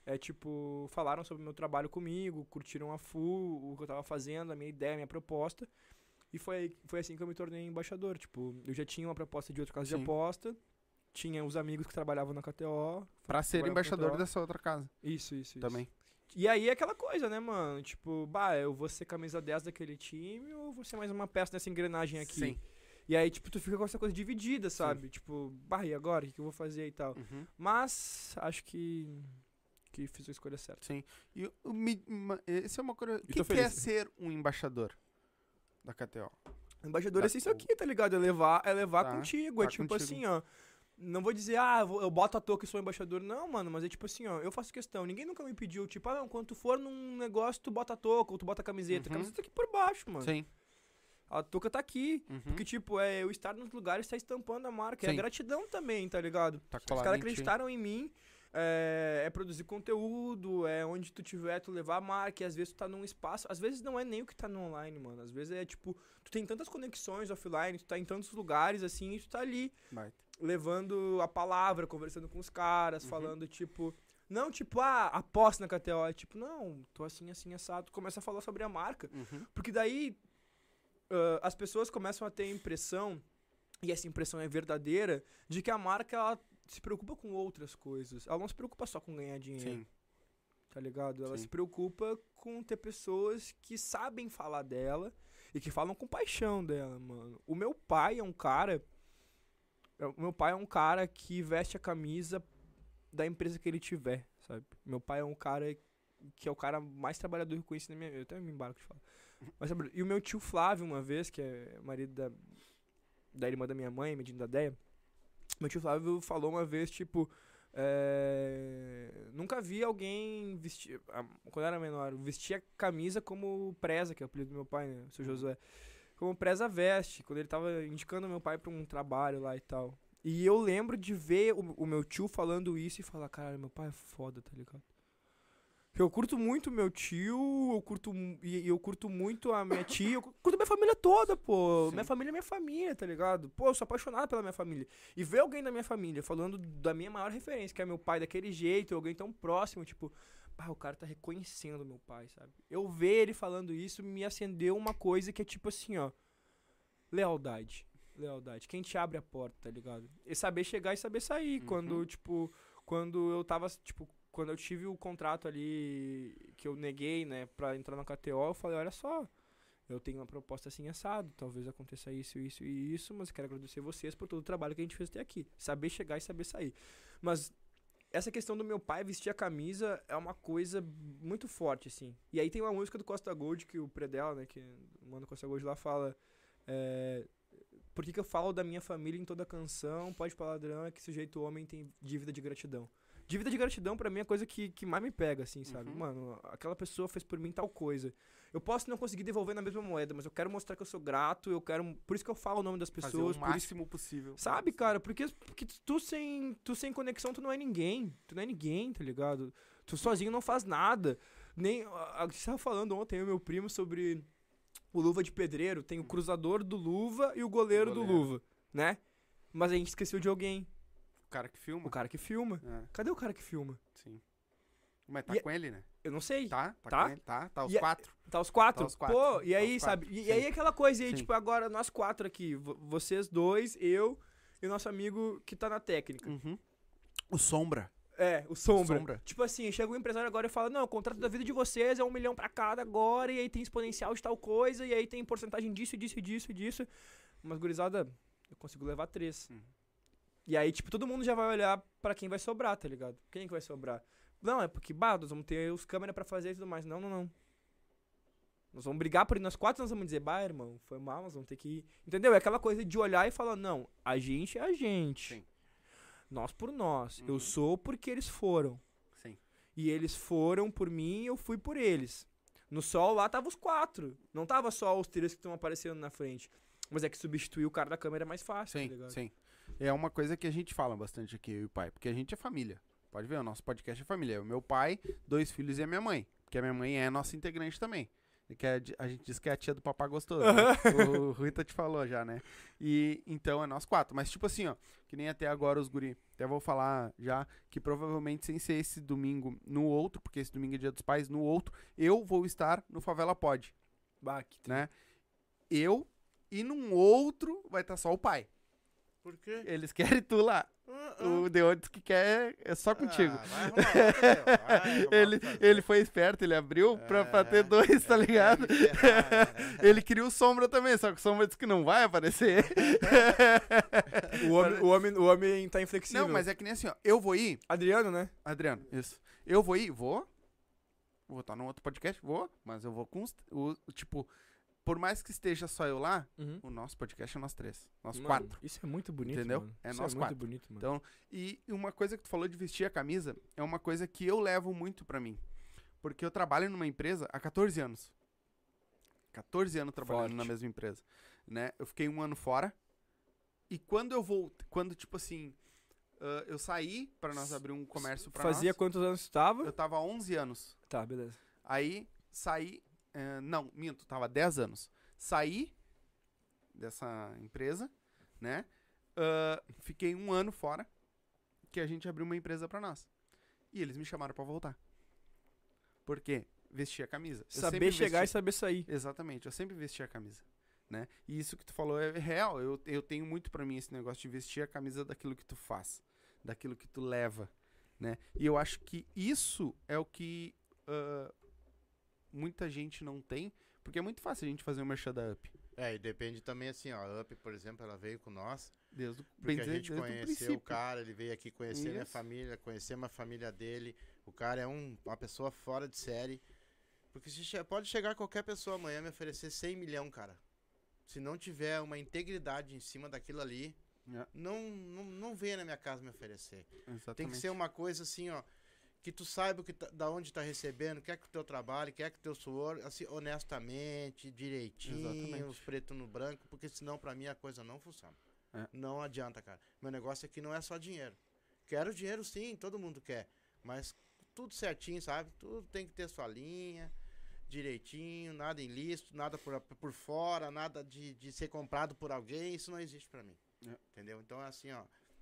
falaram sobre o meu trabalho comigo, curtiram a full, o que eu tava fazendo, a minha ideia, a minha proposta. E foi assim que eu me tornei embaixador. Tipo, eu já tinha uma proposta de outra casa de aposta, tinha os amigos que trabalhavam na KTO. Pra ser embaixador dessa outra casa. Isso. Também. E aí é aquela coisa, né, mano? Tipo, eu vou ser camisa 10 daquele time ou vou ser mais uma peça nessa engrenagem aqui? Sim. E aí, tipo, tu fica com essa coisa dividida, sabe? Sim. Tipo, e agora? O que eu vou fazer e tal? Mas, acho que fiz a escolha certa. Sim. E essa é uma coisa... O que é ser um embaixador da KTO? Embaixador é isso aqui, tá ligado? É levar contigo. É tipo assim, ó. Não vou dizer, eu boto à toa que sou embaixador. Não, mano, mas é tipo assim, ó. Eu faço questão. Ninguém nunca me pediu, tipo, quando tu for num negócio, tu bota a touca ou tu bota a camiseta. A camiseta tá aqui por baixo, mano. Sim. A touca tá aqui. Porque, tipo, eu estar nos lugares tá estampando a marca. Sim. É gratidão também, tá ligado? Os caras acreditaram em mim. É produzir conteúdo, é onde tu tiver, tu levar a marca, e às vezes tu tá num espaço, às vezes não é nem o que tá no online, mano, às vezes é tipo, tu tem tantas conexões offline, tu tá em tantos lugares, assim, e tu tá ali, levando a palavra, conversando com os caras, falando, tipo, não, tipo, aposta na KTO, é tipo, não, tô assim, assado, tu começa a falar sobre a marca, porque daí as pessoas começam a ter a impressão, e essa impressão é verdadeira, de que a marca, ela se preocupa com outras coisas. Ela não se preocupa só com ganhar dinheiro. Sim. Tá ligado? Ela se preocupa com ter pessoas que sabem falar dela e que falam com paixão dela, mano. O meu pai é um cara que veste a camisa da empresa que ele tiver, sabe? Meu pai é um cara que é o cara mais trabalhador que eu conheci na minha vida. Eu até me embarco de falar. Mas, e o meu tio Flávio, uma vez, que é marido da irmã da minha mãe, Medina da Deia, meu tio Flávio falou uma vez, tipo, nunca vi alguém vestir, quando eu era menor, vestir a camisa como preza, que é o apelido do meu pai, né, o seu Josué, como preza veste, quando ele tava indicando meu pai pra um trabalho lá e tal. E eu lembro de ver o meu tio falando isso e falar, caralho, meu pai é foda, tá ligado? Eu curto muito meu tio, eu curto muito a minha tia, eu curto a minha família toda, pô. Sim. Minha família é minha família, tá ligado? Pô, eu sou apaixonado pela minha família. E ver alguém da minha família falando da minha maior referência, que é meu pai daquele jeito, alguém tão próximo, tipo, o cara tá reconhecendo meu pai, sabe? Eu ver ele falando isso me acendeu uma coisa que é tipo assim, ó, lealdade. Quem te abre a porta, tá ligado? E saber chegar e saber sair. Quando eu tava, tipo, quando eu tive o contrato ali, que eu neguei, né, pra entrar na KTO, eu falei, olha só, eu tenho uma proposta assim assado, talvez aconteça isso, mas eu quero agradecer vocês por todo o trabalho que a gente fez até aqui. Saber chegar e saber sair. Mas essa questão do meu pai vestir a camisa é uma coisa muito forte, assim. E aí tem uma música do Costa Gold, que o Predella, né, que o mano Costa Gold lá fala, por que eu falo da minha família em toda canção, pode paladrão, é que sujeito homem tem dívida de gratidão. Dívida de gratidão pra mim é a coisa que mais me pega, assim, sabe? Mano, aquela pessoa fez por mim tal coisa. Eu posso não conseguir devolver na mesma moeda, mas eu quero mostrar que eu sou grato, por isso que eu falo o nome das pessoas. Fazer o máximo possível. Sabe, cara? Porque tu sem conexão, tu não é ninguém. Tu não é ninguém, tá ligado? Tu sozinho não faz nada. A gente tava falando ontem, eu e meu primo, sobre o Luva de Pedreiro. Tem o cruzador do Luva e o goleiro do Luva, né? Mas a gente esqueceu de alguém. cara que filma. O cara que filma. É, Cadê o cara que filma? sim. Mas tá E- com ele, né? Eu não sei. Tá Tá? com ele. Tá os E a- 4. Tá os 4? Tá os quatro. Pô, e Tá aí, os quatro. sabe? E Sim. aí aquela coisa aí, Sim. tipo, agora nós 4 aqui. Vocês 2, eu e o nosso amigo que tá na técnica. Uhum. O Sombra. É, o Sombra. Sombra. Tipo assim, chega um empresário agora e fala, não, o contrato da vida de vocês é 1 milhão pra cada agora, e aí tem exponencial de tal coisa, e aí tem porcentagem disso, disso, disso, disso. Mas, gurizada, eu consigo levar 3. Uhum. E aí, tipo, todo mundo já vai olhar pra quem vai sobrar, tá ligado? Quem que vai sobrar? Não, é porque, nós vamos ter os câmeras pra fazer e tudo mais. Não, não, não. Nós vamos brigar por nós 4, nós vamos dizer, irmão, foi mal, nós vamos ter que ir. Entendeu? É aquela coisa de olhar e falar, não, a gente é a gente. Sim. Nós por nós. Uhum. Eu sou porque eles foram. Sim. E eles foram por mim e eu fui por eles. No sol lá tava os 4. Não tava só os 3 que estão aparecendo na frente. Mas é que substituir o cara da câmera é mais fácil, Sim, tá ligado? sim. É uma coisa que a gente fala bastante aqui, eu e o pai. Porque a gente é família. Pode ver, o nosso podcast é família. É o meu pai, 2 filhos e a minha mãe. Porque a minha mãe é nossa integrante também. Que a gente diz que é a tia do papá gostoso. Né? O Rita te falou já, né? E então é nós 4. Mas tipo assim, ó, que nem até agora os guri. Até vou falar já que provavelmente sem ser esse domingo no outro, porque esse domingo é dia dos pais, no outro, eu vou estar no Favela Pod, Bah, que né? Eu e num outro vai estar só o pai. Por quê? Eles querem tu lá. O Deodes que quer é só contigo. Vai arrumar outra, meu. Vai arrumar Ele foi esperto, ele abriu pra ter 2, tá ligado? me ferrar, Ele queria o Sombra também, só que o Sombra disse que não vai aparecer. o homem tá inflexível. Não, mas é que nem assim, ó. Eu vou ir, Adriano, né? Adriano, isso. Eu vou ir, vou estar num outro podcast, mas eu vou com tipo, por mais que esteja só eu lá, o nosso podcast é nós 3, nós 4. Isso é muito bonito, Entendeu? mano. É Isso nós é muito 4. bonito, mano. Então, e uma coisa que tu falou de vestir a camisa é uma coisa que eu levo muito pra mim. Porque eu trabalho numa empresa há 14 anos. 14 anos trabalhando Forte. na mesma empresa, né? Eu fiquei 1 ano fora. E quando eu voltei, tipo assim, eu saí pra nós abrir um comércio pra Fazia nós. quantos anos tu tava? Eu tava há 11 anos. Tá, beleza. Aí saí, não, minto, tava há 10 anos. Saí dessa empresa, né? Fiquei 1 ano fora, que a gente abriu uma empresa pra nós. E eles me chamaram pra voltar. Por quê? Vestir a camisa. Eu Saber sempre chegar vesti- e saber sair. Exatamente, eu sempre vesti a camisa, né? E isso que tu falou é real. Eu tenho muito pra mim esse negócio de vestir a camisa daquilo que tu faz, daquilo que tu leva, né? E eu acho que isso é o que muita gente não tem, porque é muito fácil a gente fazer um merchan da UP. e depende também assim, ó, a Up, por exemplo, ela veio com nós, Desde o, porque bem a dizer, gente desde o conheceu princípio. o cara, ele veio aqui conhecer minha Isso. família, conhecer uma família dele, o cara é uma pessoa fora de série, porque pode chegar qualquer pessoa amanhã e me oferecer 100 milhões, cara, se não tiver uma integridade em cima daquilo ali, É, não venha na minha casa me oferecer. exatamente. Tem que ser uma coisa assim, ó, que tu saiba da onde tá recebendo, quer que o teu trabalho, quer que o teu suor, assim, honestamente, direitinho, Exatamente. os preto no branco, porque senão pra mim a coisa não funciona. É. Não adianta, cara. Meu negócio aqui não é só dinheiro. Quero dinheiro sim, todo mundo quer, mas tudo certinho, sabe? Tudo tem que ter sua linha, direitinho, nada ilícito, nada por fora, nada de ser comprado por alguém, isso não existe pra mim. É. Entendeu? Então é assim, ó.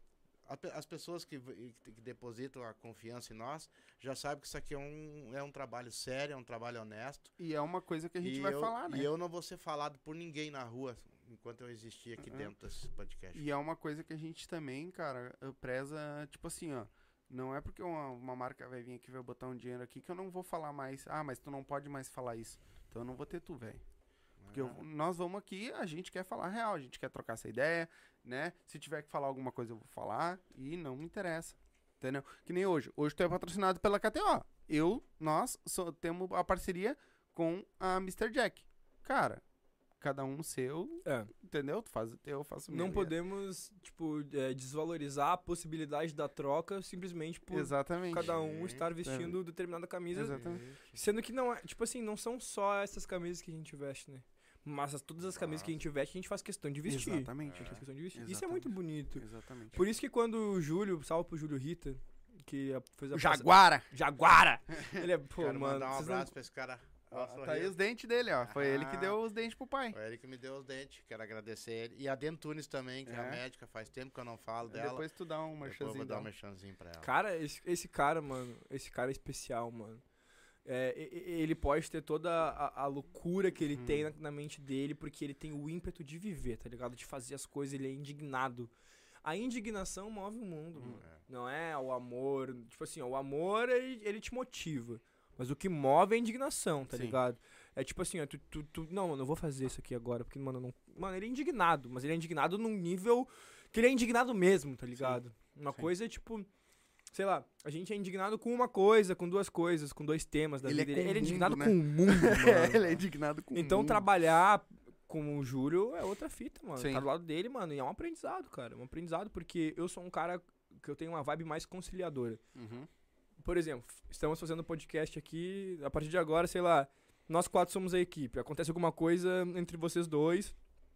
As pessoas que depositam a confiança em nós já sabem que isso aqui é um trabalho sério, é um trabalho honesto. E é uma coisa que a gente vai falar, né? E eu não vou ser falado por ninguém na rua enquanto eu existir aqui dentro desse podcast. E é uma coisa que a gente também, cara, preza, tipo assim, ó. Não é porque uma marca vai vir aqui e vai botar um dinheiro aqui que eu não vou falar mais. Ah, mas tu não pode mais falar isso. Então eu não vou ter tu, velho. Porque nós vamos aqui, a gente quer falar real, a gente quer trocar essa ideia, né? Se tiver que falar alguma coisa, eu vou falar e não me interessa, entendeu? Que nem hoje. Hoje tu é patrocinado pela KTO. Nós temos a parceria com a Mr. Jack. Cara, cada um seu, entendeu? Tu faz o teu, eu faço o meu. Não podemos, tipo, desvalorizar a possibilidade da troca simplesmente por Exatamente. cada um estar vestindo determinada camisa. Exatamente. Sendo que não é, tipo assim, não são só essas camisas que a gente veste, né? Mas todas as camisas que a gente veste, a gente faz questão de vestir. Exatamente. A gente faz questão de vestir. Isso é Exatamente. muito bonito. Exatamente. Por isso que quando o Júlio, salve pro Júlio Rita, que fez a Jaguara! Jaguara! Ele é, pô, Quero mano. mandar um vocês não- abraço pra esse cara. Ó, tá aí os dentes dele, ó. Foi ele que deu os dentes pro pai. Foi ele que me deu os dentes. Quero agradecer ele. E a Dentunes também, que é a médica. Faz tempo que eu não falo dela. Depois tu dá um merchanzinho. Depois eu vou dar um merchanzinho pra ela. Cara, esse cara, mano, esse cara é especial, mano. Ele pode ter toda a loucura que ele tem na mente dele, porque ele tem o ímpeto de viver, tá ligado? De fazer as coisas, ele é indignado. A indignação move o mundo, mano. Não é o amor. Tipo assim, o amor, ele te motiva. Mas o que move é a indignação, tá ligado? É tipo assim, ó, não, mano, eu vou fazer isso aqui agora, porque, mano, não... Mano, ele é indignado, mas ele é indignado num nível que ele é indignado mesmo, tá ligado? Uma coisa é tipo... Sei lá, a gente é indignado com uma coisa, com duas coisas, com dois temas da vida. Ele é indignado com o mundo, mano. Ele é indignado com o mundo. Então trabalhar com o Júlio é outra fita, mano. Sim. Tá do lado dele, mano, e é um aprendizado, cara. Um aprendizado, porque eu sou um cara que eu tenho uma vibe mais conciliadora. Por exemplo, estamos fazendo podcast aqui, a partir de agora, sei lá, nós 4 somos a equipe. Acontece alguma coisa entre vocês dois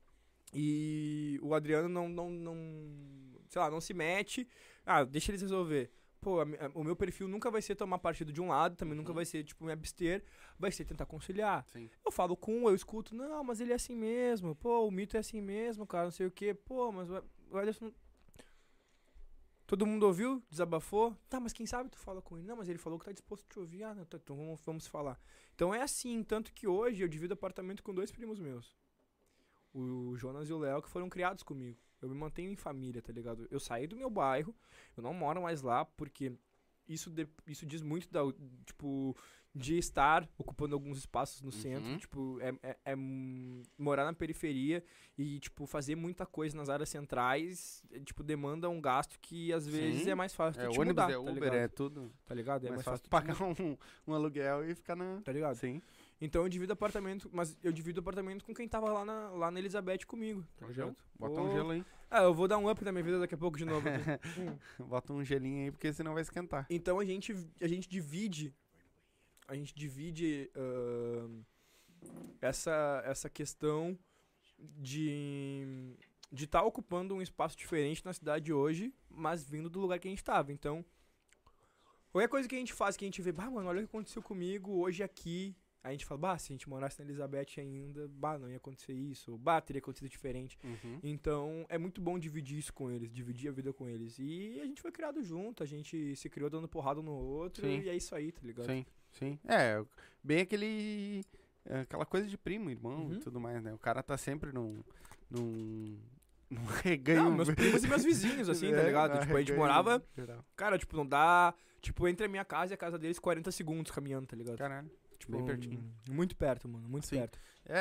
e o Adriano sei lá, não se mete. Ah, deixa eles resolver. Pô, o meu perfil nunca vai ser tomar partido de um lado, também nunca vai ser, tipo, me abster, vai ser tentar conciliar. Sim. Eu falo com um, eu escuto, não, mas ele é assim mesmo, pô, o Mito é assim mesmo, cara, não sei o quê, pô, mas o Ederson... Todo mundo ouviu, desabafou, tá, mas quem sabe tu fala com ele, não, mas ele falou que tá disposto a te ouvir, ah, não, tá, então vamos falar. Então é assim, tanto que hoje eu divido apartamento com 2 primos meus, o Jonas e o Léo, que foram criados comigo. Eu me mantenho em família, tá ligado? Eu saí do meu bairro, eu não moro mais lá, porque isso diz muito de estar ocupando alguns espaços no centro, tipo, morar na periferia e, tipo, fazer muita coisa nas áreas centrais, tipo, demanda um gasto que, às vezes, é mais fácil de te ônibus, mudar, Uber, ligado? é tudo. Tá ligado? É mais fácil pagar um aluguel e ficar na... Tá ligado? Sim. Então eu divido apartamento, mas eu divido apartamento com quem tava lá na Elizabeth comigo, tá ligado? Bota um gelo aí. Eu vou dar um up na minha vida daqui a pouco de novo. Bota um gelinho aí, porque senão vai esquentar. Então a gente divide essa questão de estar ocupando um espaço diferente na cidade hoje, mas vindo do lugar que a gente tava. Então, qualquer coisa que a gente faz, que a gente vê, mano, olha o que aconteceu comigo hoje aqui. A gente fala, se a gente morasse na Elizabeth ainda, não ia acontecer isso, teria acontecido diferente. Então, é muito bom dividir isso com eles, dividir a vida com eles. E a gente foi criado junto, a gente se criou dando porrada um no outro, e é isso aí, tá ligado? Sim. Bem aquela coisa de primo, irmão e tudo mais, né? O cara tá sempre num reganho. Não, meus primos e meus vizinhos, assim, tá ligado? Tipo, a gente morava, cara, tipo, não dá, tipo, entre a minha casa e a casa deles, 40 segundos caminhando, tá ligado? Caralho. Tipo, bem pertinho. Muito perto, mano, muito perto.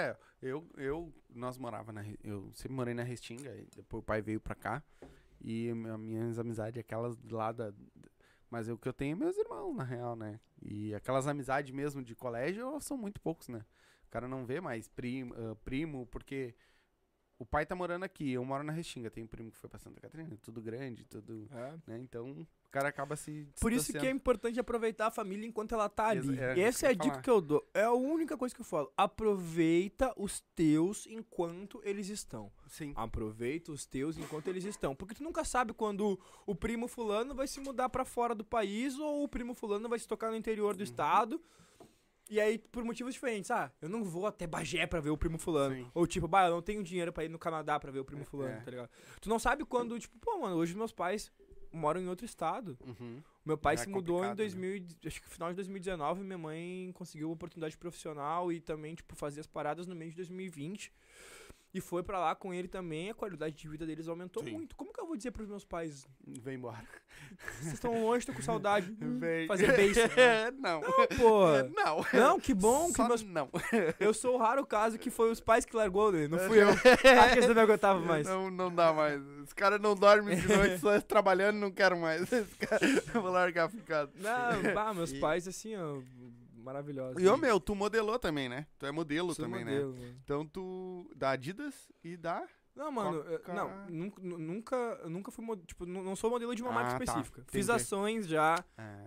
Nós morava eu sempre morei na Restinga, e depois o pai veio pra cá, e minhas amizades, aquelas lá mas o que eu tenho é meus irmãos, na real, né? E aquelas amizades mesmo de colégio são muito poucos, né? O cara não vê mais primo, porque o pai tá morando aqui, eu moro na Restinga, tem um primo que foi pra Santa Catarina, tudo grande, tudo, né? Então, o cara acaba se Por isso que é importante aproveitar a família enquanto ela tá ali. Essa é a dica falar. que eu dou. É a única coisa que eu falo. Aproveita os teus enquanto eles estão. Sim. Aproveita os teus enquanto eles estão. Porque tu nunca sabe quando o primo fulano vai se mudar pra fora do país ou o primo fulano vai se tocar no interior do estado. E aí, por motivos diferentes, eu não vou até Bagé pra ver o primo fulano. Sim. Ou tipo, eu não tenho dinheiro pra ir no Canadá pra ver o primo fulano, tá ligado? Tu não sabe quando, tipo, hoje meus pais moram em outro estado. Meu pai se mudou em acho que final de 2019, minha mãe conseguiu uma oportunidade profissional e também, tipo, fazia as paradas no mês de 2020. E foi pra lá com ele também, a qualidade de vida deles aumentou muito. Como que eu vou dizer pros meus pais? Vem embora. Vocês estão longe, tô com saudade. Vem. Fazer beijo. Não. Não, pô. Não, que bom. Só que meus... não. Eu sou o raro caso que foi os pais que largou, né? Não fui eu. Acho que eles não me aguentavam mais. Não dá mais. Os caras não dormem de noite, só trabalhando, não quero mais. Eu vou largar ficado. Não, meus pais, assim, maravilhosos. E tu modelou também, né? Tu é modelo Sou também, modelo, né? mano. Então tu da Adidas e da... Não, mano, nunca fui tipo, não sou modelo de uma marca específica. Fiz ações já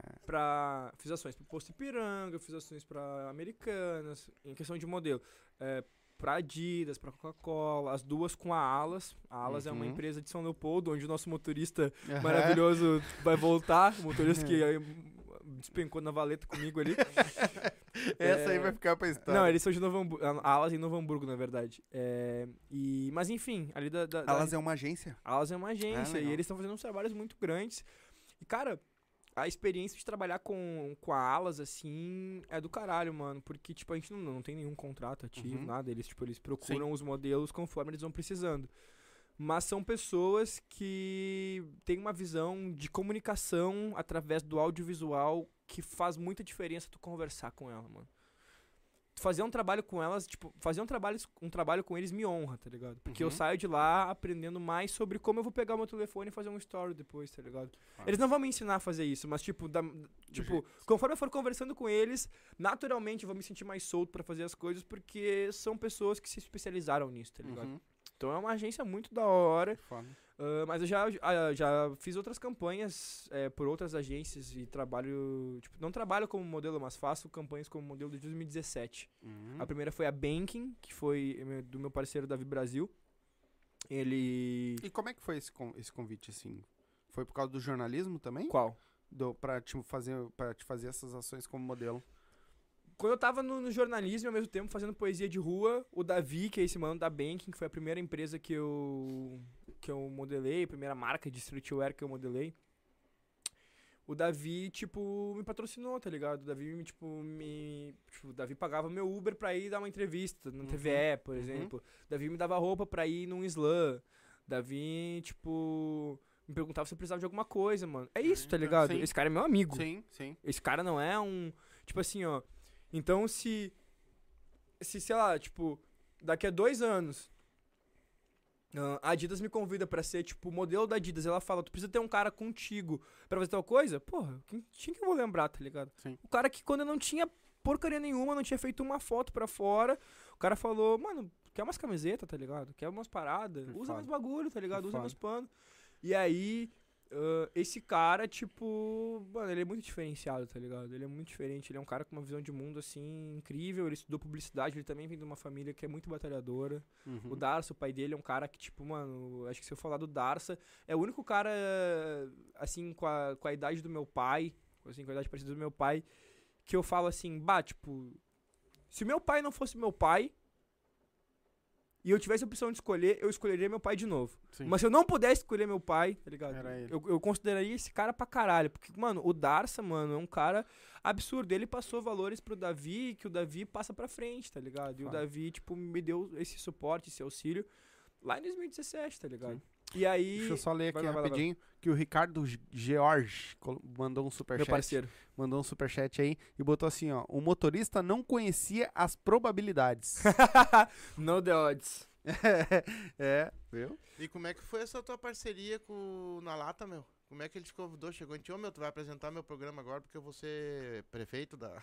fiz ações pro Posto Ipiranga, fiz ações pra Americanas, em questão de modelo. Pra Adidas, pra Coca-Cola, as duas com a Alas. A Alas é uma empresa de São Leopoldo, onde o nosso motorista maravilhoso vai voltar. O motorista que despencou na valeta comigo ali. Essa aí vai ficar pra história. Não, eles são de Novo Hamburgo. A Alas em Novo Hamburgo, na verdade. Mas enfim, ali Alas é uma agência? Alas é uma agência. E legal. eles estão fazendo uns trabalhos muito grandes. E, cara, a experiência de trabalhar com a Alas, assim, é do caralho, mano. Porque, tipo, a gente não tem nenhum contrato ativo, nada. Eles procuram os modelos conforme eles vão precisando. Mas são pessoas que têm uma visão de comunicação através do audiovisual que faz muita diferença tu conversar com ela, mano. Fazer um trabalho com elas, tipo, fazer um trabalho com eles me honra, tá ligado? Porque eu saio de lá aprendendo mais sobre como eu vou pegar o meu telefone e fazer um story depois, tá ligado? Eles não vão me ensinar a fazer isso, mas conforme eu for conversando com eles, naturalmente eu vou me sentir mais solto pra fazer as coisas, porque são pessoas que se especializaram nisso, tá ligado? Então é uma agência muito da hora. Mas eu já fiz outras campanhas por outras agências e trabalho... Tipo, não trabalho como modelo, mas faço campanhas como modelo de 2017. A primeira foi a Banking, que foi do meu parceiro Davi Brasil. Ele... E como é que foi esse convite, assim? Foi por causa do jornalismo também? Qual? Pra te fazer essas ações como modelo. Quando eu tava no jornalismo e ao mesmo tempo fazendo poesia de rua, o Davi, que é esse mano da Banking, que foi a primeira empresa que eu modelei, a primeira marca de streetwear que eu modelei, o Davi, tipo, me patrocinou, tá ligado? O Davi, o Davi pagava meu Uber pra ir dar uma entrevista na TVE, por exemplo. O Davi me dava roupa pra ir num slam. Davi, tipo... me perguntava se eu precisava de alguma coisa, mano. É isso, tá ligado? Sim. Esse cara é meu amigo. Sim, sim. Esse cara não é um... Tipo assim, ó... Então, sei lá, tipo, daqui a 2 anos, a Adidas me convida pra ser, tipo, modelo da Adidas. Ela fala, tu precisa ter um cara contigo pra fazer tal coisa? Porra, quem que eu vou lembrar, tá ligado? Sim. O cara que quando eu não tinha porcaria nenhuma, não tinha feito uma foto pra fora, o cara falou, mano, quer umas camisetas, tá ligado? Quer umas paradas? Usa meus bagulho, tá ligado? Usa meus panos. E aí... esse cara, tipo, mano, ele é muito diferenciado, tá ligado? Ele é muito diferente, ele é um cara com uma visão de mundo, assim, incrível. Ele estudou publicidade, ele também vem de uma família que é muito batalhadora. O Darça, o pai dele, é um cara que, tipo, mano, acho que se eu falar do Darça, é o único cara, assim, com a idade do meu pai, assim, com a idade parecida do meu pai, que eu falo assim, tipo, se meu pai não fosse meu pai, e eu tivesse a opção de escolher, eu escolheria meu pai de novo. Sim. Mas se eu não pudesse escolher meu pai, tá ligado? Era ele. Eu consideraria esse cara pra caralho. Porque, mano, o Darça, mano, é um cara absurdo. Ele passou valores pro Davi, que o Davi passa pra frente, tá ligado? E o Davi, tipo, me deu esse suporte, esse auxílio lá em 2017, tá ligado? Sim. E aí... Deixa eu só ler aqui vai lá. rapidinho, que o Ricardo George mandou um superchat. Meu parceiro. Mandou um superchat aí e botou assim, ó. O motorista não conhecia as probabilidades. No the odds. Viu? E como é que foi essa tua parceria na Lata, meu? Como é que ele te convidou? Chegou em ti, meu, tu vai apresentar meu programa agora porque eu vou ser prefeito da...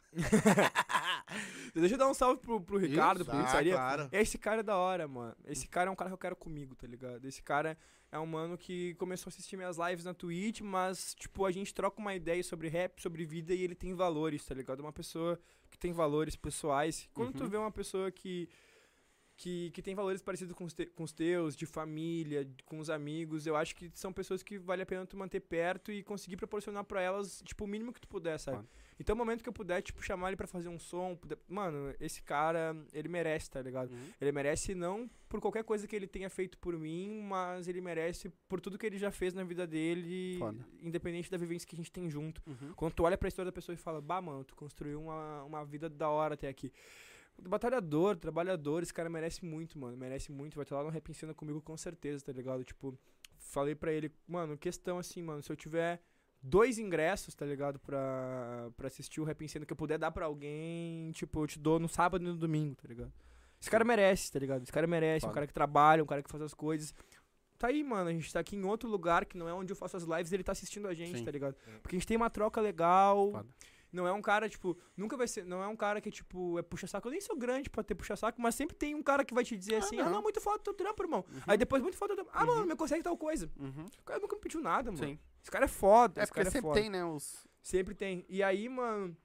Deixa eu dar um salve pro Ricardo, pro Pizzaria. Claro. Esse cara é da hora, mano. Esse cara é um cara que eu quero comigo, tá ligado? Esse cara é um mano que começou a assistir minhas lives na Twitch, mas, tipo, a gente troca uma ideia sobre rap, sobre vida e ele tem valores, tá ligado? Uma pessoa que tem valores pessoais. Quando tu vê uma pessoa que tem valores parecidos com os teus, de família, com os amigos, eu acho que são pessoas que vale a pena tu manter perto e conseguir proporcionar pra elas, tipo, o mínimo que tu puder, sabe? Claro. Então, no momento que eu puder, tipo, chamar ele pra fazer um som, mano, esse cara, ele merece, tá ligado? Ele merece não por qualquer coisa que ele tenha feito por mim, mas ele merece por tudo que ele já fez na vida dele, independente da vivência que a gente tem junto. Quando tu olha pra história da pessoa e fala, mano, tu construiu uma vida da hora até aqui. Batalhador, trabalhador, esse cara merece muito, mano. Merece muito. Vai estar lá no Rap Ensina comigo com certeza, tá ligado? Tipo, falei pra ele, mano, questão assim, mano, se eu tiver 2 ingressos, tá ligado? Pra assistir o Rap Ensina que eu puder dar pra alguém, tipo, eu te dou no sábado e no domingo, tá ligado? Esse cara merece, tá ligado? Esse cara merece, um cara que trabalha, um cara que faz as coisas. Tá aí, mano, a gente tá aqui em outro lugar que não é onde eu faço as lives, ele tá assistindo a gente, tá ligado? Porque a gente tem uma troca legal. Não é um cara, tipo, nunca vai ser, não é um cara que, tipo, é puxa-saco. Eu nem sou grande pra ter puxa-saco, mas sempre tem um cara que vai te dizer assim, não, muito foda do teu trampo, irmão. Aí depois muito foda do teu trampo. Mano, me consegue tal coisa. O cara nunca me pediu nada, mano. Sim. Esse cara é foda, Porque sempre tem, né, os... Sempre tem. E aí, mano,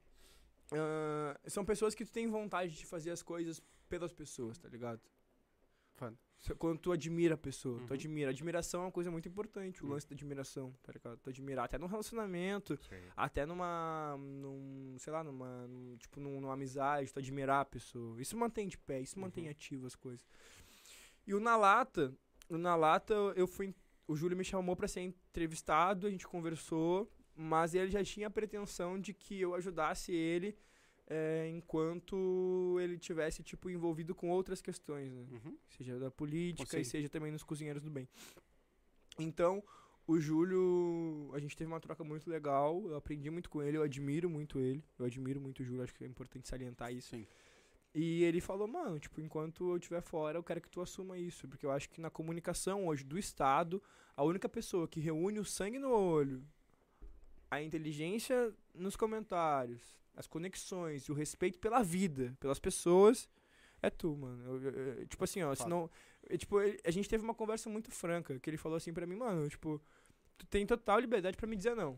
são pessoas que tu tem vontade de fazer as coisas pelas pessoas, tá ligado? Quando tu admira a pessoa, Uhum. tu admira. Admiração é uma coisa muito importante, o lance da admiração, tá ligado? Tu admirar até num relacionamento, até sei lá, numa amizade, tu admirar a pessoa. Isso mantém de pé, isso mantém ativo as coisas. E o Na Lata, o Júlio me chamou pra ser entrevistado, a gente conversou, mas ele já tinha a pretensão de que eu ajudasse ele enquanto ele tivesse, tipo, envolvido com outras questões, né? Seja da política e seja também nos Cozinheiros do Bem. Então, o Júlio, a gente teve uma troca muito legal, eu aprendi muito com ele, eu admiro muito o Júlio, acho que é importante salientar isso. Sim. E ele falou, mano, tipo, enquanto eu estiver fora, eu quero que tu assuma isso, porque eu acho que na comunicação hoje do Estado, a única pessoa que reúne o sangue no olho, a inteligência nos comentários, as conexões e o respeito pela vida, pelas pessoas, é tu, mano. Tipo assim, ó, senão... a gente teve uma conversa muito franca, que ele falou assim pra mim, mano, tipo, tu tem total liberdade pra me dizer não.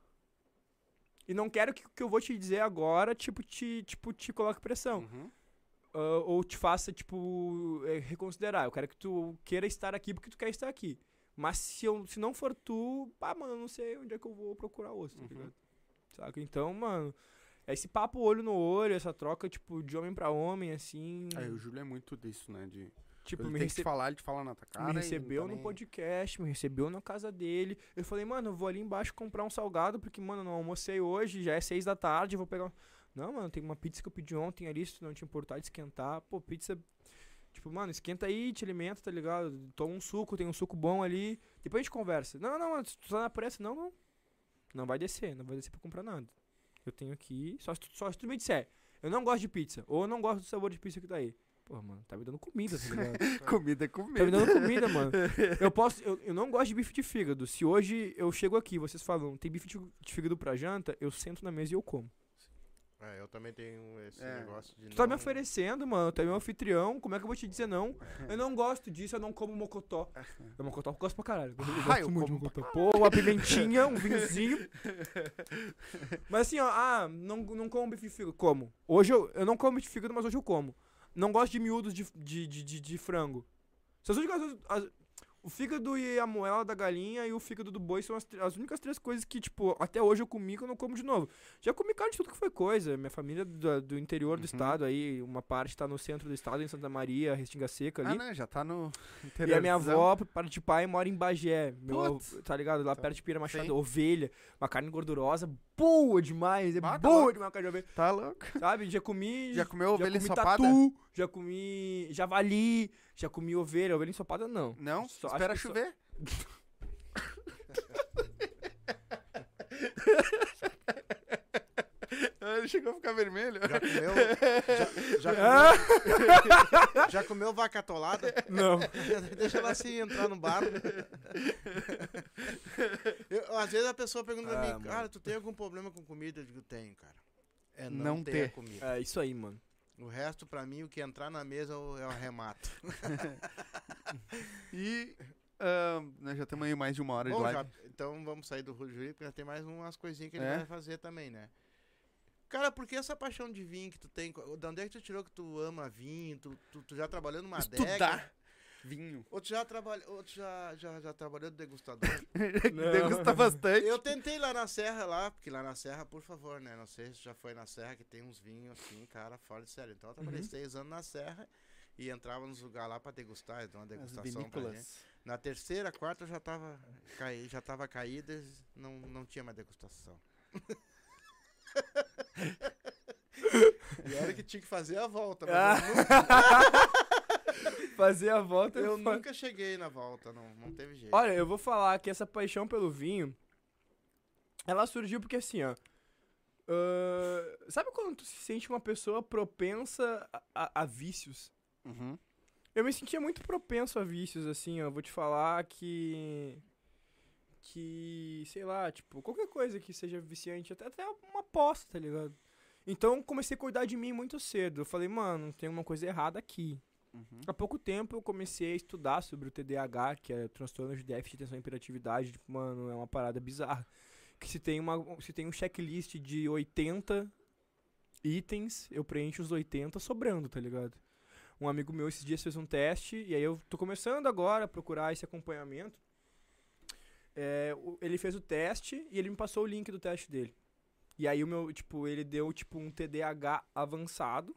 E não quero que o que eu vou te dizer agora, te coloque pressão. Ou te faça, reconsiderar. Eu quero que tu queira estar aqui porque tu quer estar aqui. Mas se não for tu, mano, eu não sei onde é que eu vou procurar outro, tá ligado? Saca? Então, mano, esse papo olho no olho, essa troca, tipo, de homem pra homem, assim... O Júlio é muito disso, né? Tipo, ele tem que falar, ele te fala na tua cara. Me recebeu no podcast, me recebeu na casa dele. Eu falei, mano, eu vou ali embaixo comprar um salgado, porque, mano, eu não almocei hoje, já é 6 da tarde, eu vou pegar... Não, mano, tem uma pizza que eu pedi ontem ali, se tu não te importar de esquentar. Pô, pizza... Tipo, mano, esquenta aí, te alimenta, tá ligado? Toma um suco, tem um suco bom ali. Depois a gente conversa. Não, mano, se tu tá na pressa, não. Não vai descer pra comprar nada. Eu tenho aqui, só se tu me disser, eu não gosto de pizza, ou eu não gosto do sabor de pizza que tá aí. Porra, mano, tá me dando comida, tá ligado? Comida é comida. Tá me dando comida, mano. Eu não gosto de bife de fígado. Se hoje eu chego aqui, vocês falam, tem bife de fígado pra janta, eu sento na mesa e eu como. Eu também tenho esse negócio de Tu tá me oferecendo, mano, tu é meu anfitrião, como é que eu vou te dizer não? Eu não gosto disso, eu não como mocotó. Mocotó eu gosto pra caralho. Eu gosto muito de mocotó. Pô, uma pimentinha, um vinhozinho. Mas assim, ó, não como bife de fígado. Como? Hoje eu não como bife de fígado, mas hoje eu como. Não gosto de miúdos de frango. Essas únicas... O fígado e a moela da galinha e o fígado do boi são as únicas 3 coisas que, tipo, até hoje eu comi que eu não como de novo. Já comi carne de tudo que foi coisa. Minha família do interior do estado aí, uma parte tá no centro do estado, em Santa Maria, Restinga Seca ali. Né? Já tá no interior. E a minha avó, parte de pai, mora em Bagé. Tá ligado? Lá perto de Pira Machado. Ovelha, uma carne gordurosa, boa demais. Boa demais a carne de ovelha. Tá louco. Sabe? Já comi... Já comeu ovelha ensopada? Tatu, já comi javali, já comi ovelha ensopada não. Não? Espera chover. Ele chegou a ficar vermelho. Já comeu vaca atolada? Não. Deixa ela assim entrar no bar. Às vezes a pessoa pergunta pra mim, cara, tu tem algum problema com comida? Eu digo, tenho, cara. É não ter comida. É isso aí, mano. O resto, pra mim, o que entrar na mesa é o remato. E nós já estamos aí mais de 1 hora de live. Então vamos sair do Júlio, porque já tem mais umas coisinhas que ele vai fazer também, né? Cara, por que essa paixão de vinho que tu tem? De onde é que tu tirou que tu ama vinho? Tu já trabalhou numa adega? Vinho. Ou tu já trabalhou de degustador? Degusta bastante. Eu tentei lá na Serra, porque lá na Serra, por favor, né? Não sei se já foi na Serra, que tem uns vinhos assim, cara, fora de sério. Então eu trabalhei 6 anos na Serra e entrava nos lugares lá pra degustar, dar uma degustação pra gente. Na 3ª, 4ª já tava caída e não tinha mais degustação. E era que tinha que fazer a volta, mas fazer a volta... Eu nunca cheguei na volta, não teve jeito. Olha, eu vou falar que essa paixão pelo vinho, ela surgiu porque assim, ó... sabe quando tu se sente uma pessoa propensa a vícios? Eu me sentia muito propenso a vícios, assim, ó. Vou te falar que, sei lá, tipo, qualquer coisa que seja viciante, até uma aposta, tá ligado? Então, comecei a cuidar de mim muito cedo. Eu falei, mano, tem uma coisa errada aqui. Há pouco tempo, eu comecei a estudar sobre o TDAH, que é transtorno de déficit de atenção e hiperatividade. Tipo, mano, é uma parada bizarra. Que se tem um checklist de 80 itens, eu preencho os 80 sobrando, tá ligado? Um amigo meu esses dias fez um teste, e aí eu tô começando agora a procurar esse acompanhamento. Ele fez o teste e ele me passou o link do teste dele. E aí ele deu um TDAH avançado.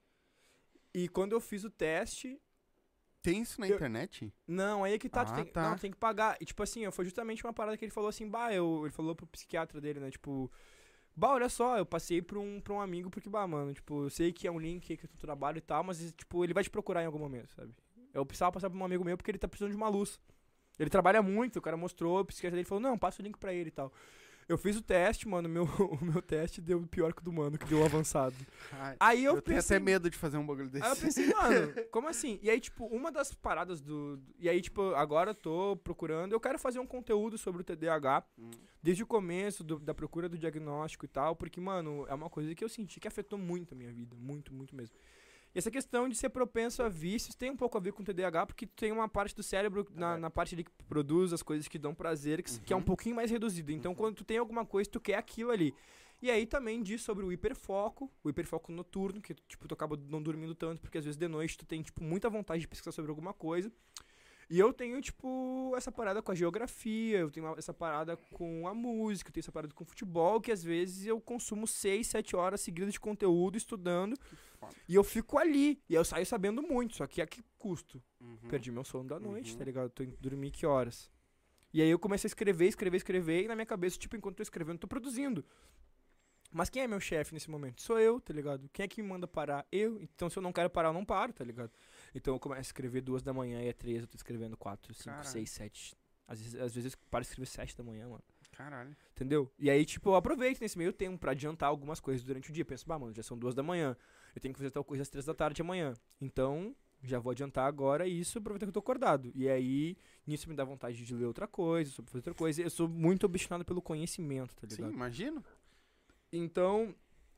E quando eu fiz o teste... Tem isso na internet? Não, aí é que tá, tá. Não, tem que pagar. E tipo assim, foi justamente uma parada que ele falou assim, ele falou pro psiquiatra dele, né, tipo... olha só, eu passei pra um amigo porque, mano, tipo, eu sei que é um link que é do trabalho e tal, mas, tipo, ele vai te procurar em algum momento, sabe? Eu precisava passar pra um amigo meu porque ele tá precisando de uma luz. Ele trabalha muito, o cara mostrou, o psiquiatra dele falou, não, passa o link pra ele e tal. Eu fiz o teste, mano, o meu teste deu pior que o do mano, que deu avançado. Aí eu tenho até medo de fazer um bagulho desse. Aí eu pensei, mano, como assim? E aí, tipo, uma das paradas e aí, tipo, agora eu tô procurando, eu quero fazer um conteúdo sobre o TDAH, desde o começo da procura do diagnóstico e tal, porque, mano, é uma coisa que eu senti que afetou muito a minha vida, muito, muito mesmo. E essa questão de ser propenso a vícios tem um pouco a ver com o TDAH, porque tem uma parte do cérebro, na parte ali que produz as coisas que dão prazer, que é um pouquinho mais reduzida. Então, quando tu tem alguma coisa, tu quer aquilo ali. E aí também diz sobre o hiperfoco noturno, que tipo, tu acaba não dormindo tanto, porque às vezes de noite tu tem tipo, muita vontade de pesquisar sobre alguma coisa. E eu tenho, tipo, essa parada com a geografia, eu tenho essa parada com a música, eu tenho essa parada com o futebol, que às vezes eu consumo 6, 7 horas seguidas de conteúdo, estudando, e eu fico ali, e eu saio sabendo muito, só que a que custo? Perdi meu sono da noite, tá ligado? Eu tô indo dormir que horas? E aí eu comecei a escrever, e na minha cabeça, tipo, enquanto eu tô escrevendo, eu tô produzindo. Mas quem é meu chefe nesse momento? Sou eu, tá ligado? Quem é que me manda parar? Eu. Então se eu não quero parar, eu não paro, tá ligado? Então eu começo a escrever 2 da manhã e 3 eu tô escrevendo 4, 5, 6, 7. Às vezes eu paro de escrever 7 da manhã, mano. Caralho. Entendeu? E aí, tipo, eu aproveito nesse meio tempo pra adiantar algumas coisas durante o dia. Penso, mano, já são 2 da manhã. Eu tenho que fazer tal coisa às 3 da tarde amanhã. Então, já vou adiantar agora isso, aproveitar que eu tô acordado. E aí, nisso me dá vontade de ler outra coisa, sobre fazer outra coisa. Eu sou muito obstinado pelo conhecimento, tá ligado? Sim, imagino. Então,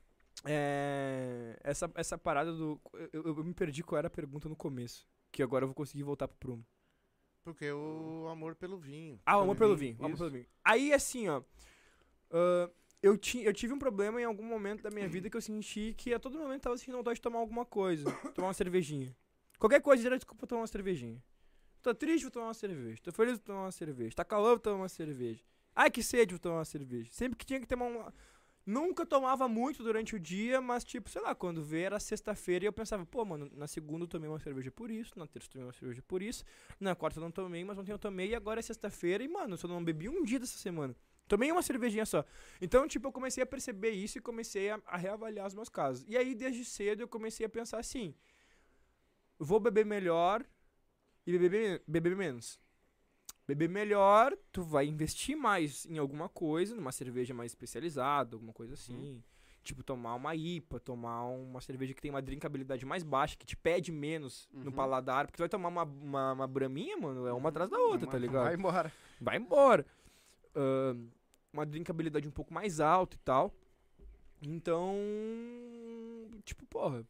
essa parada do... Eu me perdi qual era a pergunta no começo. Que agora eu vou conseguir voltar pro prumo. Porque o amor pelo vinho. Ah, o amor pelo vinho. Aí, assim, ó... eu tive um problema em algum momento da minha vida que eu senti que a todo momento tava sentindo vontade de tomar alguma coisa. Tomar uma cervejinha. Qualquer coisa era desculpa tomar uma cervejinha. Tô triste, vou tomar uma cerveja. Tô feliz, vou tomar uma cerveja. Tá calor, vou tomar uma cerveja. Ai, que sede, vou tomar uma cerveja. Sempre que tinha que tomar uma... Nunca tomava muito durante o dia, mas tipo, sei lá, quando veio era sexta-feira e eu pensava, pô, mano, na segunda eu tomei uma cerveja por isso, na terça eu tomei uma cerveja por isso, na quarta eu não tomei, mas ontem eu tomei e agora é sexta-feira e, mano, eu só não bebi um dia dessa semana. Tomei uma cervejinha só. Então, tipo, eu comecei a perceber isso e comecei a reavaliar os meus casos. E aí, desde cedo, eu comecei a pensar assim, vou beber melhor e beber menos. Beber melhor, tu vai investir mais em alguma coisa, numa cerveja mais especializada, alguma coisa assim. Tipo, tomar uma IPA, tomar uma cerveja que tem uma drinkabilidade mais baixa, que te pede menos no paladar. Porque tu vai tomar uma braminha, mano, é uma atrás da outra, tá ligado? Vai embora. Uma drinkabilidade um pouco mais alta e tal. Então, tipo, porra,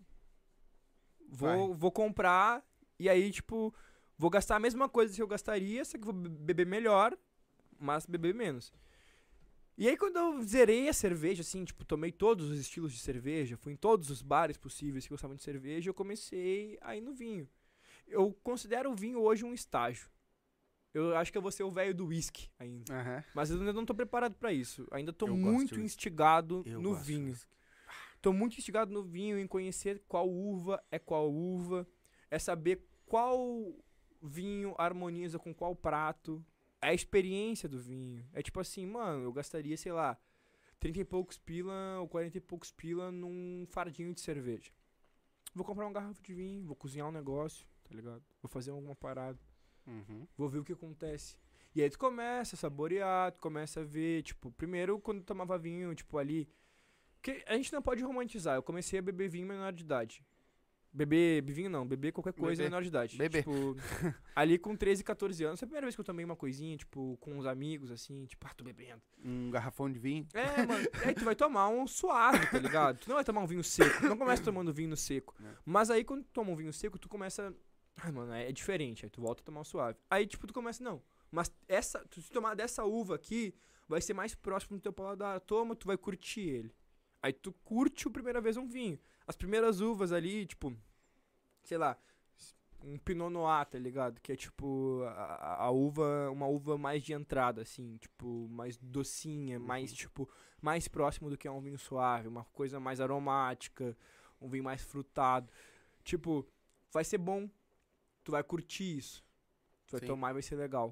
vou comprar e aí, tipo... Vou gastar a mesma coisa que eu gastaria, só que vou beber melhor, mas beber menos. E aí quando eu zerei a cerveja, assim, tipo, tomei todos os estilos de cerveja, fui em todos os bares possíveis que gostavam de cerveja, eu comecei a ir no vinho. Eu considero o vinho hoje um estágio. Eu acho que eu vou ser o velho do whisky ainda. Mas eu ainda não tô preparado pra isso. Ainda tô muito instigado no vinho. Tô muito instigado no vinho, em conhecer qual uva, é saber qual... vinho harmoniza com qual prato, é a experiência do vinho. É tipo assim, mano, eu gastaria, sei lá, 30 e poucos pila ou 40 e poucos pila num fardinho de cerveja. Vou comprar uma garrafa de vinho, vou cozinhar um negócio, tá ligado? Vou fazer alguma parada. Vou ver o que acontece. E aí tu começa a saborear, tu começa a ver, tipo, primeiro quando eu tomava vinho, tipo, ali... Porque a gente não pode romantizar, eu comecei a beber vinho menor de idade. Beber vinho não, beber qualquer coisa menor de idade. Tipo, ali com 13, 14 anos, foi a primeira vez que eu tomei uma coisinha, tipo, com uns amigos, assim, tipo, tô bebendo. Um garrafão de vinho? É, mano, aí tu vai tomar um suave, tá ligado? Tu não vai tomar um vinho seco, tu não começa tomando vinho seco. Mas aí quando tu toma um vinho seco, tu começa... Ai, mano, é diferente, aí tu volta a tomar um suave. Aí, tipo, tu começa, não, mas se tomar dessa uva aqui, vai ser mais próximo do teu paladar. Toma, tu vai curtir ele. Aí tu curte a primeira vez um vinho. As primeiras uvas ali, tipo, sei lá, um Pinot Noir, tá ligado? Que é tipo a uva, uma uva mais de entrada, assim, tipo, mais docinha, mais, tipo, mais próximo do que é um vinho suave, uma coisa mais aromática, um vinho mais frutado. Tipo, vai ser bom, tu vai curtir isso, tu vai tomar e vai ser legal,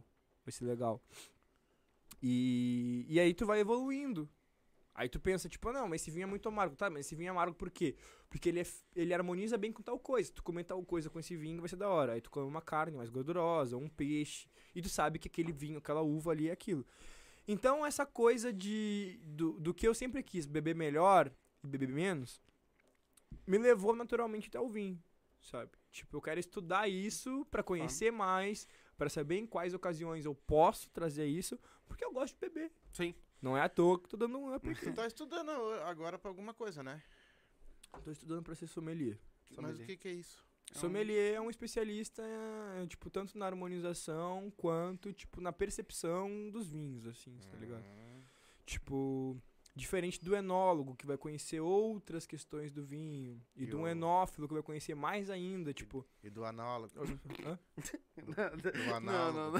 E aí tu vai evoluindo. Aí tu pensa, tipo, não, mas esse vinho é muito amargo. Tá, mas esse vinho é amargo por quê? Porque ele harmoniza bem com tal coisa. Tu comer tal coisa com esse vinho vai ser da hora. Aí tu come uma carne mais gordurosa, um peixe. E tu sabe que aquele vinho, aquela uva ali é aquilo. Então essa coisa do que eu sempre quis, beber melhor e beber menos, me levou naturalmente até o vinho, sabe? Tipo, eu quero estudar isso pra conhecer mais, pra saber em quais ocasiões eu posso trazer isso, porque eu gosto de beber. Sim. Não é à toa que tô dando um up aqui. Tu tá estudando agora pra alguma coisa, né? Tô estudando pra ser sommelier. Mas o que é isso? Sommelier é um especialista, tipo, tanto na harmonização quanto, tipo, na percepção dos vinhos, assim, tá ligado? Tipo, diferente do enólogo, que vai conhecer outras questões do vinho, e do enófilo, que vai conhecer mais ainda, tipo... E do anólogo. Hã? Do anólogo.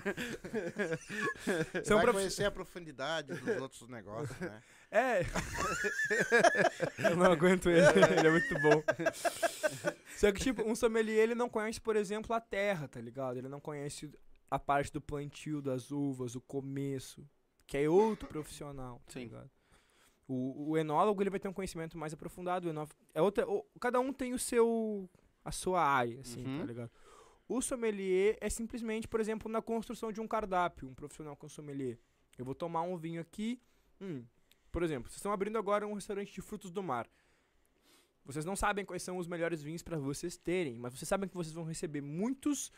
Você vai conhecer a profundidade dos outros negócios, né? É. Eu não aguento ele, ele é muito bom. Só que, tipo, um sommelier, ele não conhece, por exemplo, a terra, tá ligado? Ele não conhece a parte do plantio das uvas, o começo, que é outro profissional, tá ligado? O enólogo, ele vai ter um conhecimento mais aprofundado. Cada um tem a sua área, assim, tá ligado? O sommelier é simplesmente, por exemplo, na construção de um cardápio, um profissional com sommelier. Eu vou tomar um vinho aqui. Por exemplo, vocês estão abrindo agora um restaurante de frutos do mar. Vocês não sabem quais são os melhores vinhos para vocês terem, mas vocês sabem que vocês vão receber muitos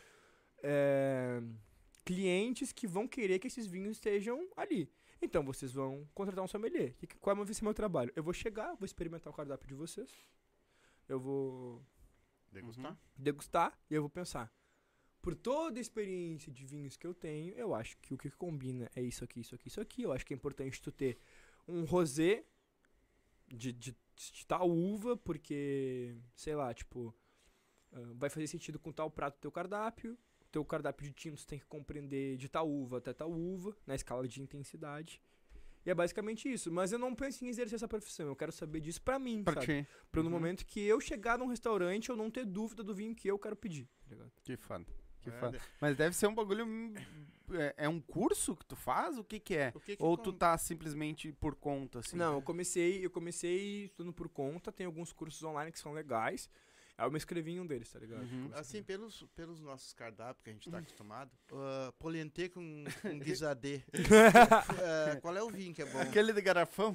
clientes que vão querer que esses vinhos estejam ali. Então vocês vão contratar um sommelier. Qual vai ser meu trabalho? Eu vou chegar, vou experimentar o cardápio de vocês. Eu vou degustar e eu vou pensar. Por toda a experiência de vinhos que eu tenho, eu acho que o que combina é isso aqui, isso aqui, isso aqui. Eu acho que é importante tu ter um rosé de tal uva, porque, sei lá, tipo, vai fazer sentido com tal prato do teu cardápio. Teu cardápio de tintos tem que compreender de tal uva até tal uva, na escala de intensidade. E é basicamente isso. Mas eu não penso em exercer essa profissão. Eu quero saber disso pra mim, sabe? Pra no momento que eu chegar num restaurante, eu não ter dúvida do vinho que eu quero pedir, tá ligado? Que foda. Mas deve ser um bagulho... É um curso que tu faz? O que é? Ou tu tá simplesmente por conta, assim? Não, eu comecei estudando por conta. Tem alguns cursos online que são legais. Aí eu me inscrevi em um deles, tá ligado? Assim, pelos nossos cardápios que a gente tá acostumado, polentê com guisadê. Qual é o vinho que é bom? Aquele de garrafão?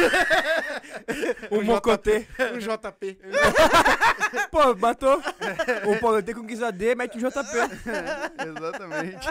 O mocotê. O JP. Pô, matou. O polentê com guisadê, mete um JP. Exatamente.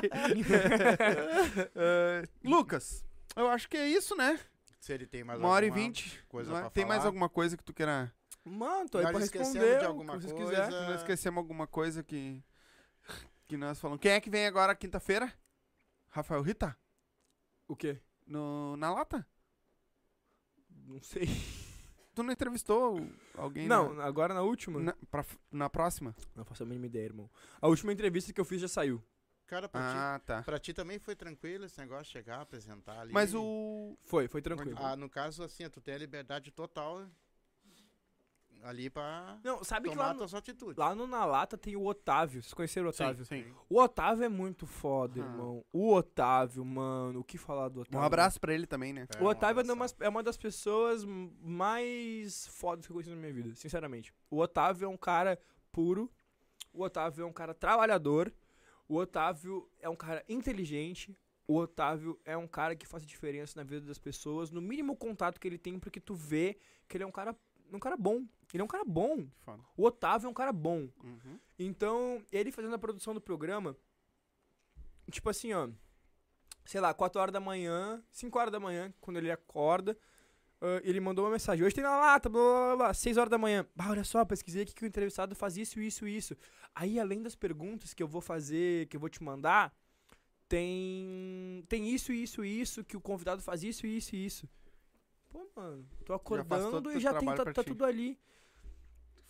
Lucas, eu acho que é isso, né? Se ele tem mais 1h20. Coisa pra tem falar. mais alguma coisa que tu queira... Mano, tô aí pra Nós esquecemos responder de alguma se vocês coisa. quiserem. Nós esquecemos alguma coisa que nós falamos. Quem é que vem agora quinta-feira? Rafael Rita? O quê? Na lata? Não sei. Tu não entrevistou alguém? Não, agora na última? Na próxima? Não faço a mínima ideia, irmão. A última entrevista que eu fiz já saiu. Cara, tá. Pra ti também foi tranquilo esse negócio de chegar, apresentar ali? Mas Foi tranquilo. No caso, assim, tu tem a liberdade total ali pra sabe tomar que a tua atitude. lá no Na Lata tem o Otávio. Vocês conheceram o Otávio? Sim. O Otávio é muito foda, irmão. O Otávio, mano. O que falar do Otávio? Um abraço pra ele também, né? O Otávio é uma das pessoas mais fodas que eu conheci na minha vida, sinceramente. O Otávio é um cara puro. O Otávio é um cara trabalhador. O Otávio é um cara inteligente. O Otávio é um cara que faz a diferença na vida das pessoas. No mínimo contato que ele tem, porque tu vê que ele é um cara bom. Ele é um cara bom. Foda. O Otávio é um cara bom. Então, ele fazendo a produção do programa, tipo assim, ó, sei lá, 4 horas da manhã, 5 horas da manhã, quando ele acorda, ele mandou uma mensagem: hoje tem Na Lata, blá, blá, blá, 6 horas da manhã. Olha só, pesquisei aqui que o entrevistado faz isso, isso, isso. Aí, além das perguntas que eu vou fazer, que eu vou te mandar, tem isso, isso, isso, que o convidado faz isso, isso e isso. Pô, mano, tô acordando e já tem, tá tudo ali. Foda.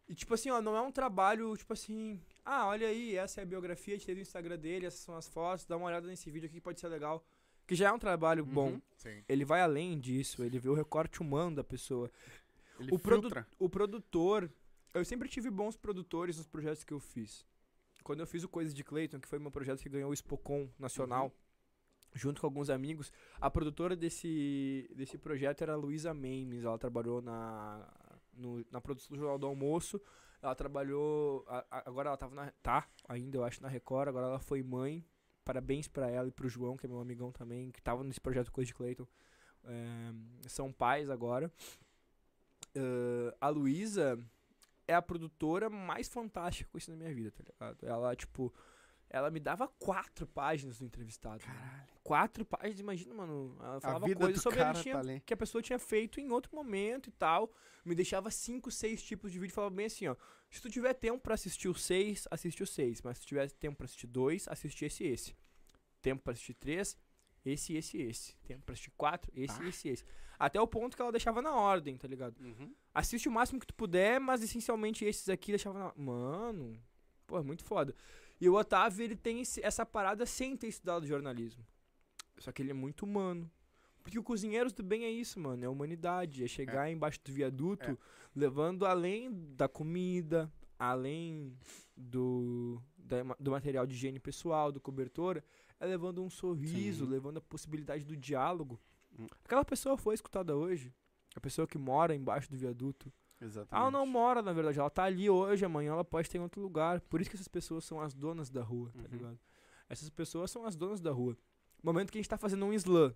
E, tipo assim, ó, não é um trabalho, tipo assim... Ah, olha aí, essa é a biografia, tirei do Instagram dele, essas são as fotos, dá uma olhada nesse vídeo aqui que pode ser legal. Que já é um trabalho bom. Sim. Ele vai além disso, ele vê o recorte humano da pessoa. Ele O filtra. produtor... Eu sempre tive bons produtores nos projetos que eu fiz. Quando eu fiz o Coisa de Clayton, que foi meu projeto que ganhou o Spocon nacional, junto com alguns amigos, a produtora desse projeto era a Luísa Mendes. Ela trabalhou na produção do Jornal do Almoço. Ela trabalhou... agora ela tá ainda, eu acho, na Record. Agora ela foi mãe. Parabéns pra ela e pro João, que é meu amigão também, que tava nesse projeto Coisa de Clayton. São pais agora. A Luísa é a produtora mais fantástica que eu conheci na minha vida, tá ligado? Ela, tipo... Ela me dava 4 páginas do entrevistado. Caralho. 4 páginas, imagina, mano. Ela falava coisas sobre que a pessoa tinha feito em outro momento e tal. Me deixava 5, 6 tipos de vídeo. Falava bem assim, ó. Se tu tiver tempo pra assistir o 6, assiste o 6. Mas se tu tiver tempo pra assistir 2, assiste esse. Tempo pra assistir 3, esse. Tempo pra assistir 4, esse. Até o ponto que ela deixava na ordem, tá ligado? Assiste o máximo que tu puder, mas essencialmente esses aqui deixava na... Mano, pô, é muito foda. E o Otávio, ele tem essa parada sem ter estudado jornalismo. Só que ele é muito humano. Porque o Cozinheiros do Bem é isso, mano. É humanidade. É chegar embaixo do viaduto, levando além da comida, além do material de higiene pessoal, do cobertor, é levando um sorriso, levando a possibilidade do diálogo. Aquela pessoa foi escutada hoje. A pessoa que mora embaixo do viaduto. Exatamente. Ela não mora, na verdade. Ela tá ali hoje, amanhã ela pode estar em outro lugar. Por isso que essas pessoas são as donas da rua, tá ligado? Essas pessoas são as donas da rua. No momento que a gente tá fazendo um slam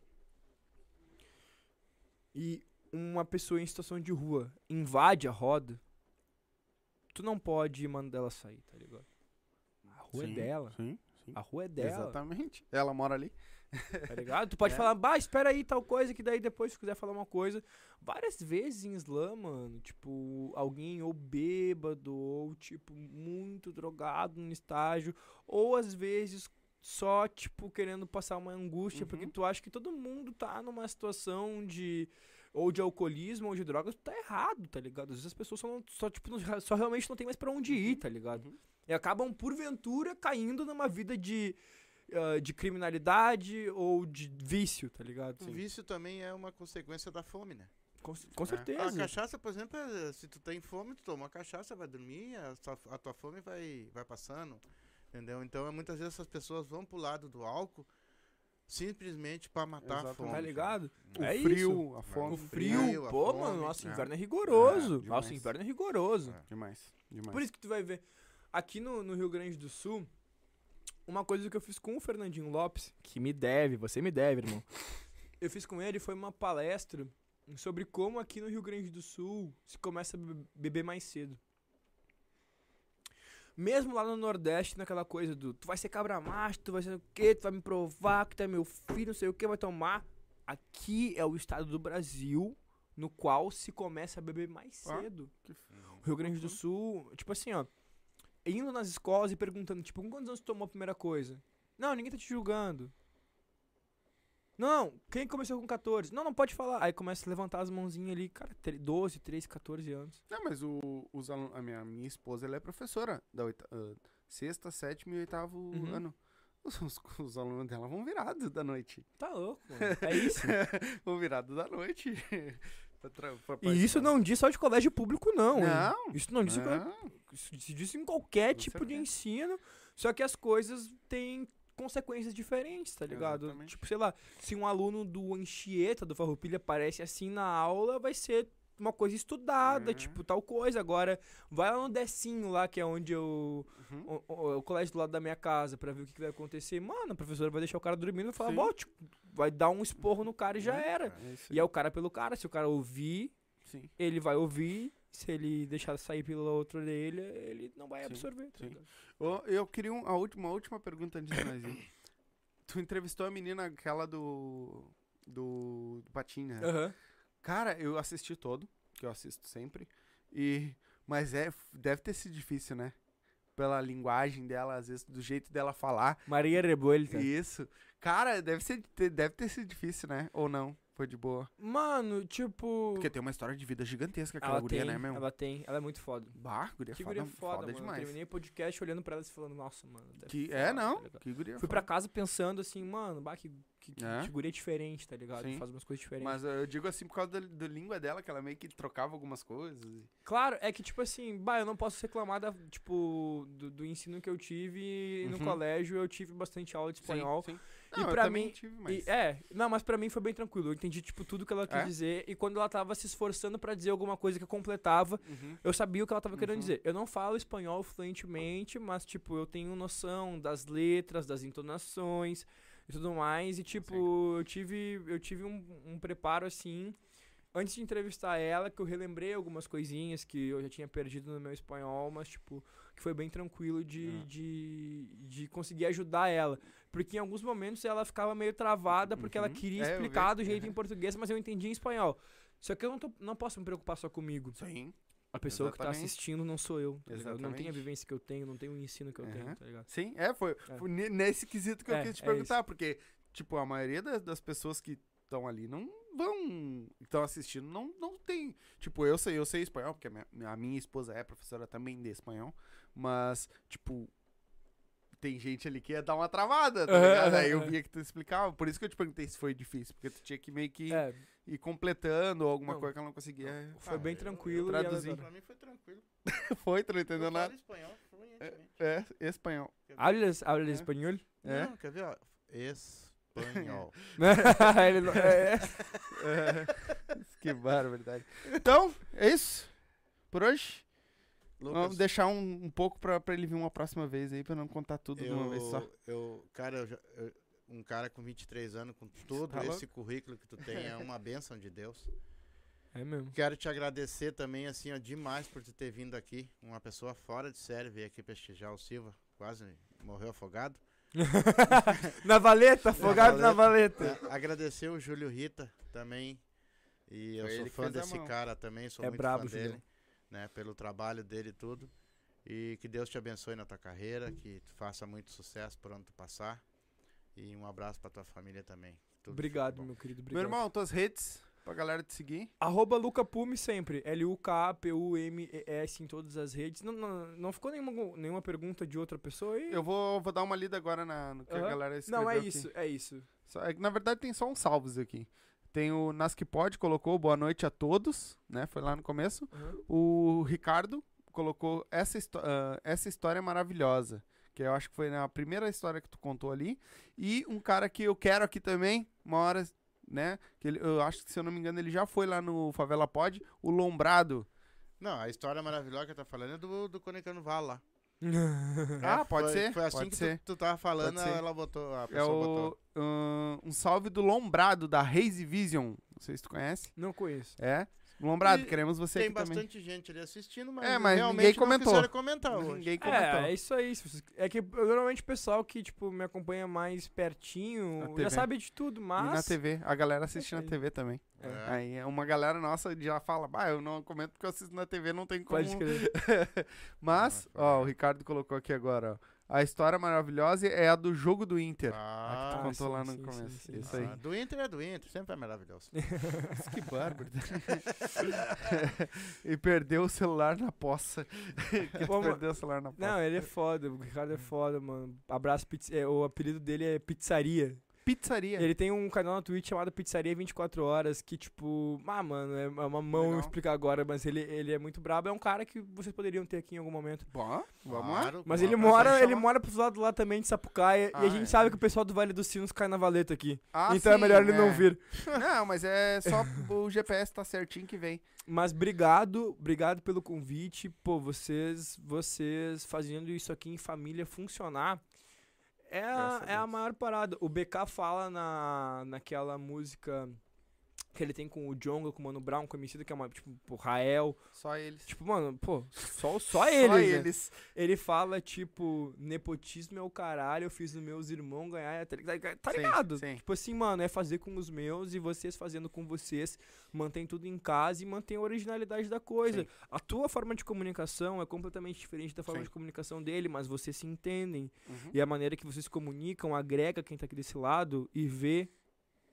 e uma pessoa em situação de rua invade a roda, tu não pode mandar ela sair, tá ligado? A rua é dela. Sim. A rua é dela. Exatamente. Ela mora ali. Tá ligado? Tu pode falar, espera aí, tal coisa, que daí depois, se quiser falar uma coisa. Várias vezes em slam, mano, tipo, alguém ou bêbado, ou, tipo, muito drogado no estágio, ou às vezes só, tipo, querendo passar uma angústia, porque tu acha que todo mundo tá numa situação ou de alcoolismo ou de drogas, tu tá errado, tá ligado? Às vezes as pessoas só realmente não tem mais pra onde ir, tá ligado? E acabam, porventura, caindo numa vida de criminalidade ou de vício, tá ligado? O vício também é uma consequência da fome, né? Com certeza. A cachaça, por exemplo, se tu tem fome, tu toma uma cachaça, vai dormir, a tua fome vai passando, entendeu? Então, muitas vezes as pessoas vão pro lado do álcool simplesmente pra matar a fome. Tá ligado? O frio, a fome. O frio, a pô, fome. mano, nosso inverno é rigoroso. Demais. Nosso inverno é rigoroso. Demais. Por isso que tu vai ver, aqui no Rio Grande do Sul, uma coisa que eu fiz com o Fernandinho Lopes, que você me deve, irmão. Eu fiz com ele, foi uma palestra sobre como aqui no Rio Grande do Sul se começa a beber mais cedo. Mesmo lá no Nordeste, naquela coisa do tu vai ser cabra macho, tu vai ser o quê, tu vai me provar que tu é meu filho, não sei o que, vai tomar. Aqui é o estado do Brasil no qual se começa a beber mais cedo. O Rio Grande do Sul, tipo assim, ó, indo nas escolas e perguntando, tipo, com quantos anos tu tomou a primeira coisa? Não, ninguém tá te julgando. Não, quem começou com 14? Não pode falar. Aí começa a levantar as mãozinhas ali, cara, 12, 13, 14 anos. Não, mas os alunos, a minha esposa, ela é professora da 6º, 7º e 8º ano. Os alunos dela vão virados da noite. Tá louco, mano. É isso. Vão virados da noite. E isso não diz só de colégio público, não. Não. Hein? Isso não diz isso diz em qualquer tipo de ensino. Só que as coisas têm consequências diferentes, tá ligado? Exatamente. Tipo, sei lá, se um aluno do Anchieta, do Farroupilha, aparece assim na aula, vai ser uma coisa estudada, tipo, tal coisa. Agora, vai lá no Decinho lá, que é onde o colégio do lado da minha casa, pra ver o que vai acontecer. Mano, a professora vai deixar o cara dormindo e vai falar, tipo, vai dar um esporro no cara e já era. E é o cara pelo cara. Se o cara ouvir, ele vai ouvir. Se ele deixar sair pela outra orelha, ele não vai absorver. Tá ligado? Eu queria uma última pergunta antes de nós ir. Tu entrevistou a menina, aquela do patinho, né? Cara, eu assisti todo, que eu assisto sempre. Mas deve ter sido difícil, né? Pela linguagem dela, às vezes, do jeito dela falar. Maria Rebolta. Isso. Cara, deve ter sido difícil, né? Ou não? Foi de boa. Mano, tipo... Porque tem uma história de vida gigantesca aquela guria, né, meu? Ela tem, ela é muito foda. Bah, guria Que foda, guria foda, mano. demais. Terminei o podcast olhando pra ela e falando, nossa, mano. Que, foda, não, tá ligado? que guria Fui foda. pra casa pensando assim, mano, bah, que É? guria diferente, tá ligado? Sim. Faz umas coisas diferentes. Mas eu digo assim por causa da língua dela, que ela meio que trocava algumas coisas. Claro, é que, tipo assim, bah, eu não posso reclamar tipo, do ensino que eu tive no colégio. Eu tive bastante aula de espanhol. Sim. E Não, pra eu também mim. tive, mas... Mas pra mim foi bem tranquilo. Eu entendi, tipo, tudo que ela quis dizer. E quando ela tava se esforçando pra dizer alguma coisa que completava, eu sabia o que ela tava querendo dizer. Eu não falo espanhol fluentemente, mas, tipo, eu tenho noção das letras, das entonações e tudo mais. E, tipo, eu tive um preparo assim. Antes de entrevistar ela, que eu relembrei algumas coisinhas que eu já tinha perdido no meu espanhol, mas, tipo, que foi bem tranquilo de conseguir ajudar ela. Porque em alguns momentos ela ficava meio travada, porque ela queria explicar do jeito em português, mas eu entendi em espanhol. Só que eu não posso me preocupar só comigo. Sim. A pessoa que tá Exatamente. assistindo não sou eu. Tá ligado? Não Exatamente. tem a vivência que eu tenho, não tem o ensino que eu tenho, tá ligado? Sim, foi nesse quesito que eu quis te perguntar, porque, tipo, a maioria das pessoas que estão ali estão assistindo, não tem. Tipo, eu sei espanhol, porque a minha esposa é professora também de espanhol, mas, tipo, tem gente ali que ia dar uma travada, tá ligado? Aí eu via que tu explicava, por isso que eu te perguntei se foi difícil, porque tu tinha que meio que ir completando alguma coisa que ela não conseguia. Foi bem tranquilo. traduzir. Pra mim foi tranquilo. Foi, tu não entendeu Eu nada? falo espanhol fluentemente. Espanhol. Hablas espanhol? Não, quer ver? Ó, espanhol. Ele não- Que barbaridade. Então, é isso por hoje. Lucas, Vamos deixar um pouco pra ele vir uma próxima vez aí, pra não contar tudo de uma vez só. Um cara com 23 anos, com todo Tá esse currículo que tu tem, é uma bênção de Deus. É mesmo. Quero te agradecer também, assim, ó, demais por tu ter vindo aqui. Uma pessoa fora de série veio aqui prestigiar o Silva, quase morreu afogado. Na valeta, afogado na valeta. Agradecer o Júlio Rita também. E eu Foi sou ele que fã fez a desse mão. cara também, sou É muito brabo, fã dele, Julião. né, pelo trabalho dele e tudo. E que Deus te abençoe na tua carreira, que tu faça muito sucesso por onde tu passar. E um abraço pra tua família também. Tudo Obrigado, bom. meu querido. Meu Obrigado. irmão, tuas redes pra galera te seguir. @LucaPume sempre. LUKAPUMES em todas as redes. Não ficou nenhuma pergunta de outra pessoa aí? Eu vou dar uma lida agora no que a galera escreveu. Não, é aqui. isso, é isso. Na verdade, tem só uns salvos aqui. Tem o Nasquipod, colocou boa noite a todos, né? Foi lá no começo. O Ricardo colocou essa história é maravilhosa. Que eu acho que foi a primeira história que tu contou ali. E um cara que eu quero aqui também, uma hora, né? Que eu acho que, se eu não me engano, ele já foi lá no Favela Pod, o Lombrado. Não, a história maravilhosa que eu tô falando é do Conectando Vala lá. Pode ser? Foi assim Pode que ser. tu tava falando, Pode ser. ela botou, a É pessoa botou. um salve do Lombrado, da Haze Vision. Não sei se tu conhece. Não conheço. É. Lombrado, E queremos você Tem aqui também. bastante gente ali assistindo, mas, Mas realmente ninguém não comentou. quiseram comentar hoje. Ninguém comentou. É isso aí. É que normalmente o pessoal que, tipo, me acompanha mais pertinho Na já TV. sabe de tudo, E mas... na TV. A galera assiste na aí. TV também. É. Aí uma galera nossa já fala, eu não comento porque eu assisto na TV, não tem como. Pode crer. Mas, o Ricardo colocou aqui agora, ó. A história maravilhosa é a do jogo do Inter. A que tu contou sim, lá no sim, começo. sim. Isso aí. Do Inter é do Inter, sempre é maravilhoso. Que bárbaro. E perdeu o celular na poça. Pô, Perdeu o celular na poça. Não, ele é foda. O Ricardo é foda, mano. Abraço, o apelido dele é Pizzaria. Pizzaria. Ele tem um canal na Twitch chamado Pizzaria 24 Horas, que, tipo... mano, é uma mão Legal. eu explicar agora, mas ele é muito brabo. É um cara que vocês poderiam ter aqui em algum momento. Bom, vamos lá. Claro, Mas com ele a prazer de chamar. mora pros lados lá também, de Sapucaia, e a gente é. sabe que o pessoal do Vale dos Sinos cai na valeta aqui. Então é sim, melhor ele não vir. Não, mas é só o GPS tá certinho que vem. Mas obrigado pelo convite. Pô, vocês fazendo isso aqui em família funcionar é Graças a a Deus. maior parada. O BK fala naquela música que ele tem com o Djonga, com o Mano Brown, com o Emicida, que é uma, tipo, o Rael. Só eles. Tipo, mano, pô, só eles, né? eles. Ele fala, tipo, nepotismo é o caralho, eu fiz os meus irmãos ganhar, tá Sim, ligado? sim. Tipo assim, mano, é fazer com os meus e vocês fazendo com vocês, mantém tudo em casa e mantém a originalidade da coisa. Sim. A tua forma de comunicação é completamente diferente da forma Sim. de comunicação dele, mas vocês se entendem. Uhum. E a maneira que vocês se comunicam agrega quem tá aqui desse lado e vê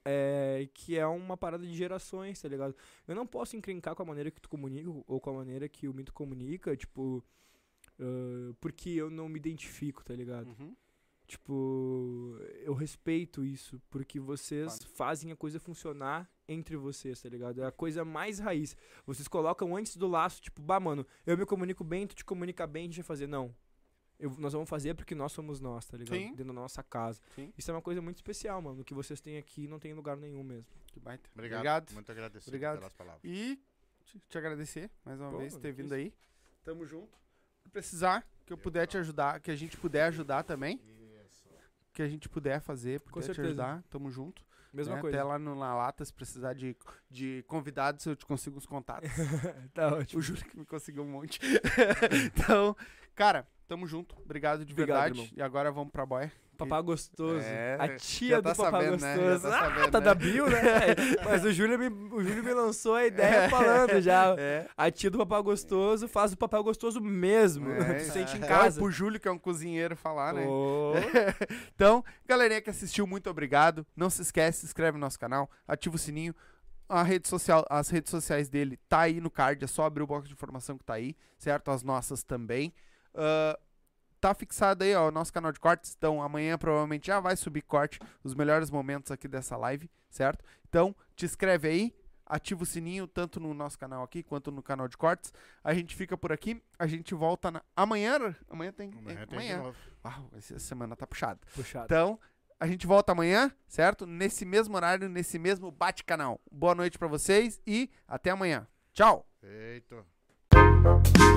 que é uma parada de gerações, tá ligado? Eu não posso encrencar com a maneira que tu comunica ou com a maneira que o Mito comunica, tipo, porque eu não me identifico, tá ligado? Tipo, eu respeito isso, porque vocês fazem a coisa funcionar entre vocês, tá ligado? É a coisa mais raiz. Vocês colocam antes do laço, tipo, mano, eu me comunico bem, tu te comunica bem, a gente vai fazer. Não. Nós vamos fazer porque nós somos nós, tá ligado? Sim. Dentro da nossa casa. Sim. Isso é uma coisa muito especial, mano. O que vocês têm aqui não tem em lugar nenhum mesmo. Que baita. Obrigado. Muito agradecido pelas palavras. E te agradecer mais uma vez por ter vindo aí. Tamo junto. Se precisar, que eu puder te ajudar, que a gente puder ajudar também. Que a gente puder fazer, puder te ajudar, tamo junto. Mesma coisa. Até lá na Lata, se precisar de convidados, eu te consigo os contatos. Tá ótimo. Eu juro que me conseguiu um monte. Então, cara, tamo junto. Obrigado de verdade. Irmão. E agora vamos pra boia. Papá Gostoso. A tia do Papá sabendo, Gostoso. Né? Sabendo, tá da bio, né? Mas o Júlio me lançou a ideia falando já. A tia do Papá Gostoso faz o Papá Gostoso mesmo. Tu sente em casa. Pro Júlio, que é um cozinheiro, falar, né? Então, galerinha que assistiu, muito obrigado. Não se esquece, se inscreve no nosso canal, ativa o sininho. As redes sociais dele tá aí no card, é só abrir o box de informação que tá aí, certo? As nossas também. Tá fixado aí, ó, o nosso canal de cortes. Então, amanhã provavelmente já vai subir corte, os melhores momentos aqui dessa live, certo? Então, te inscreve aí, ativa o sininho, tanto no nosso canal aqui, quanto no canal de cortes. A gente fica por aqui, a gente volta amanhã. Amanhã tem. Amanhã. Uau, essa semana tá puxada. Então, a gente volta amanhã, certo? Nesse mesmo horário, nesse mesmo bate-canal. Boa noite pra vocês e até amanhã. Tchau! Feito.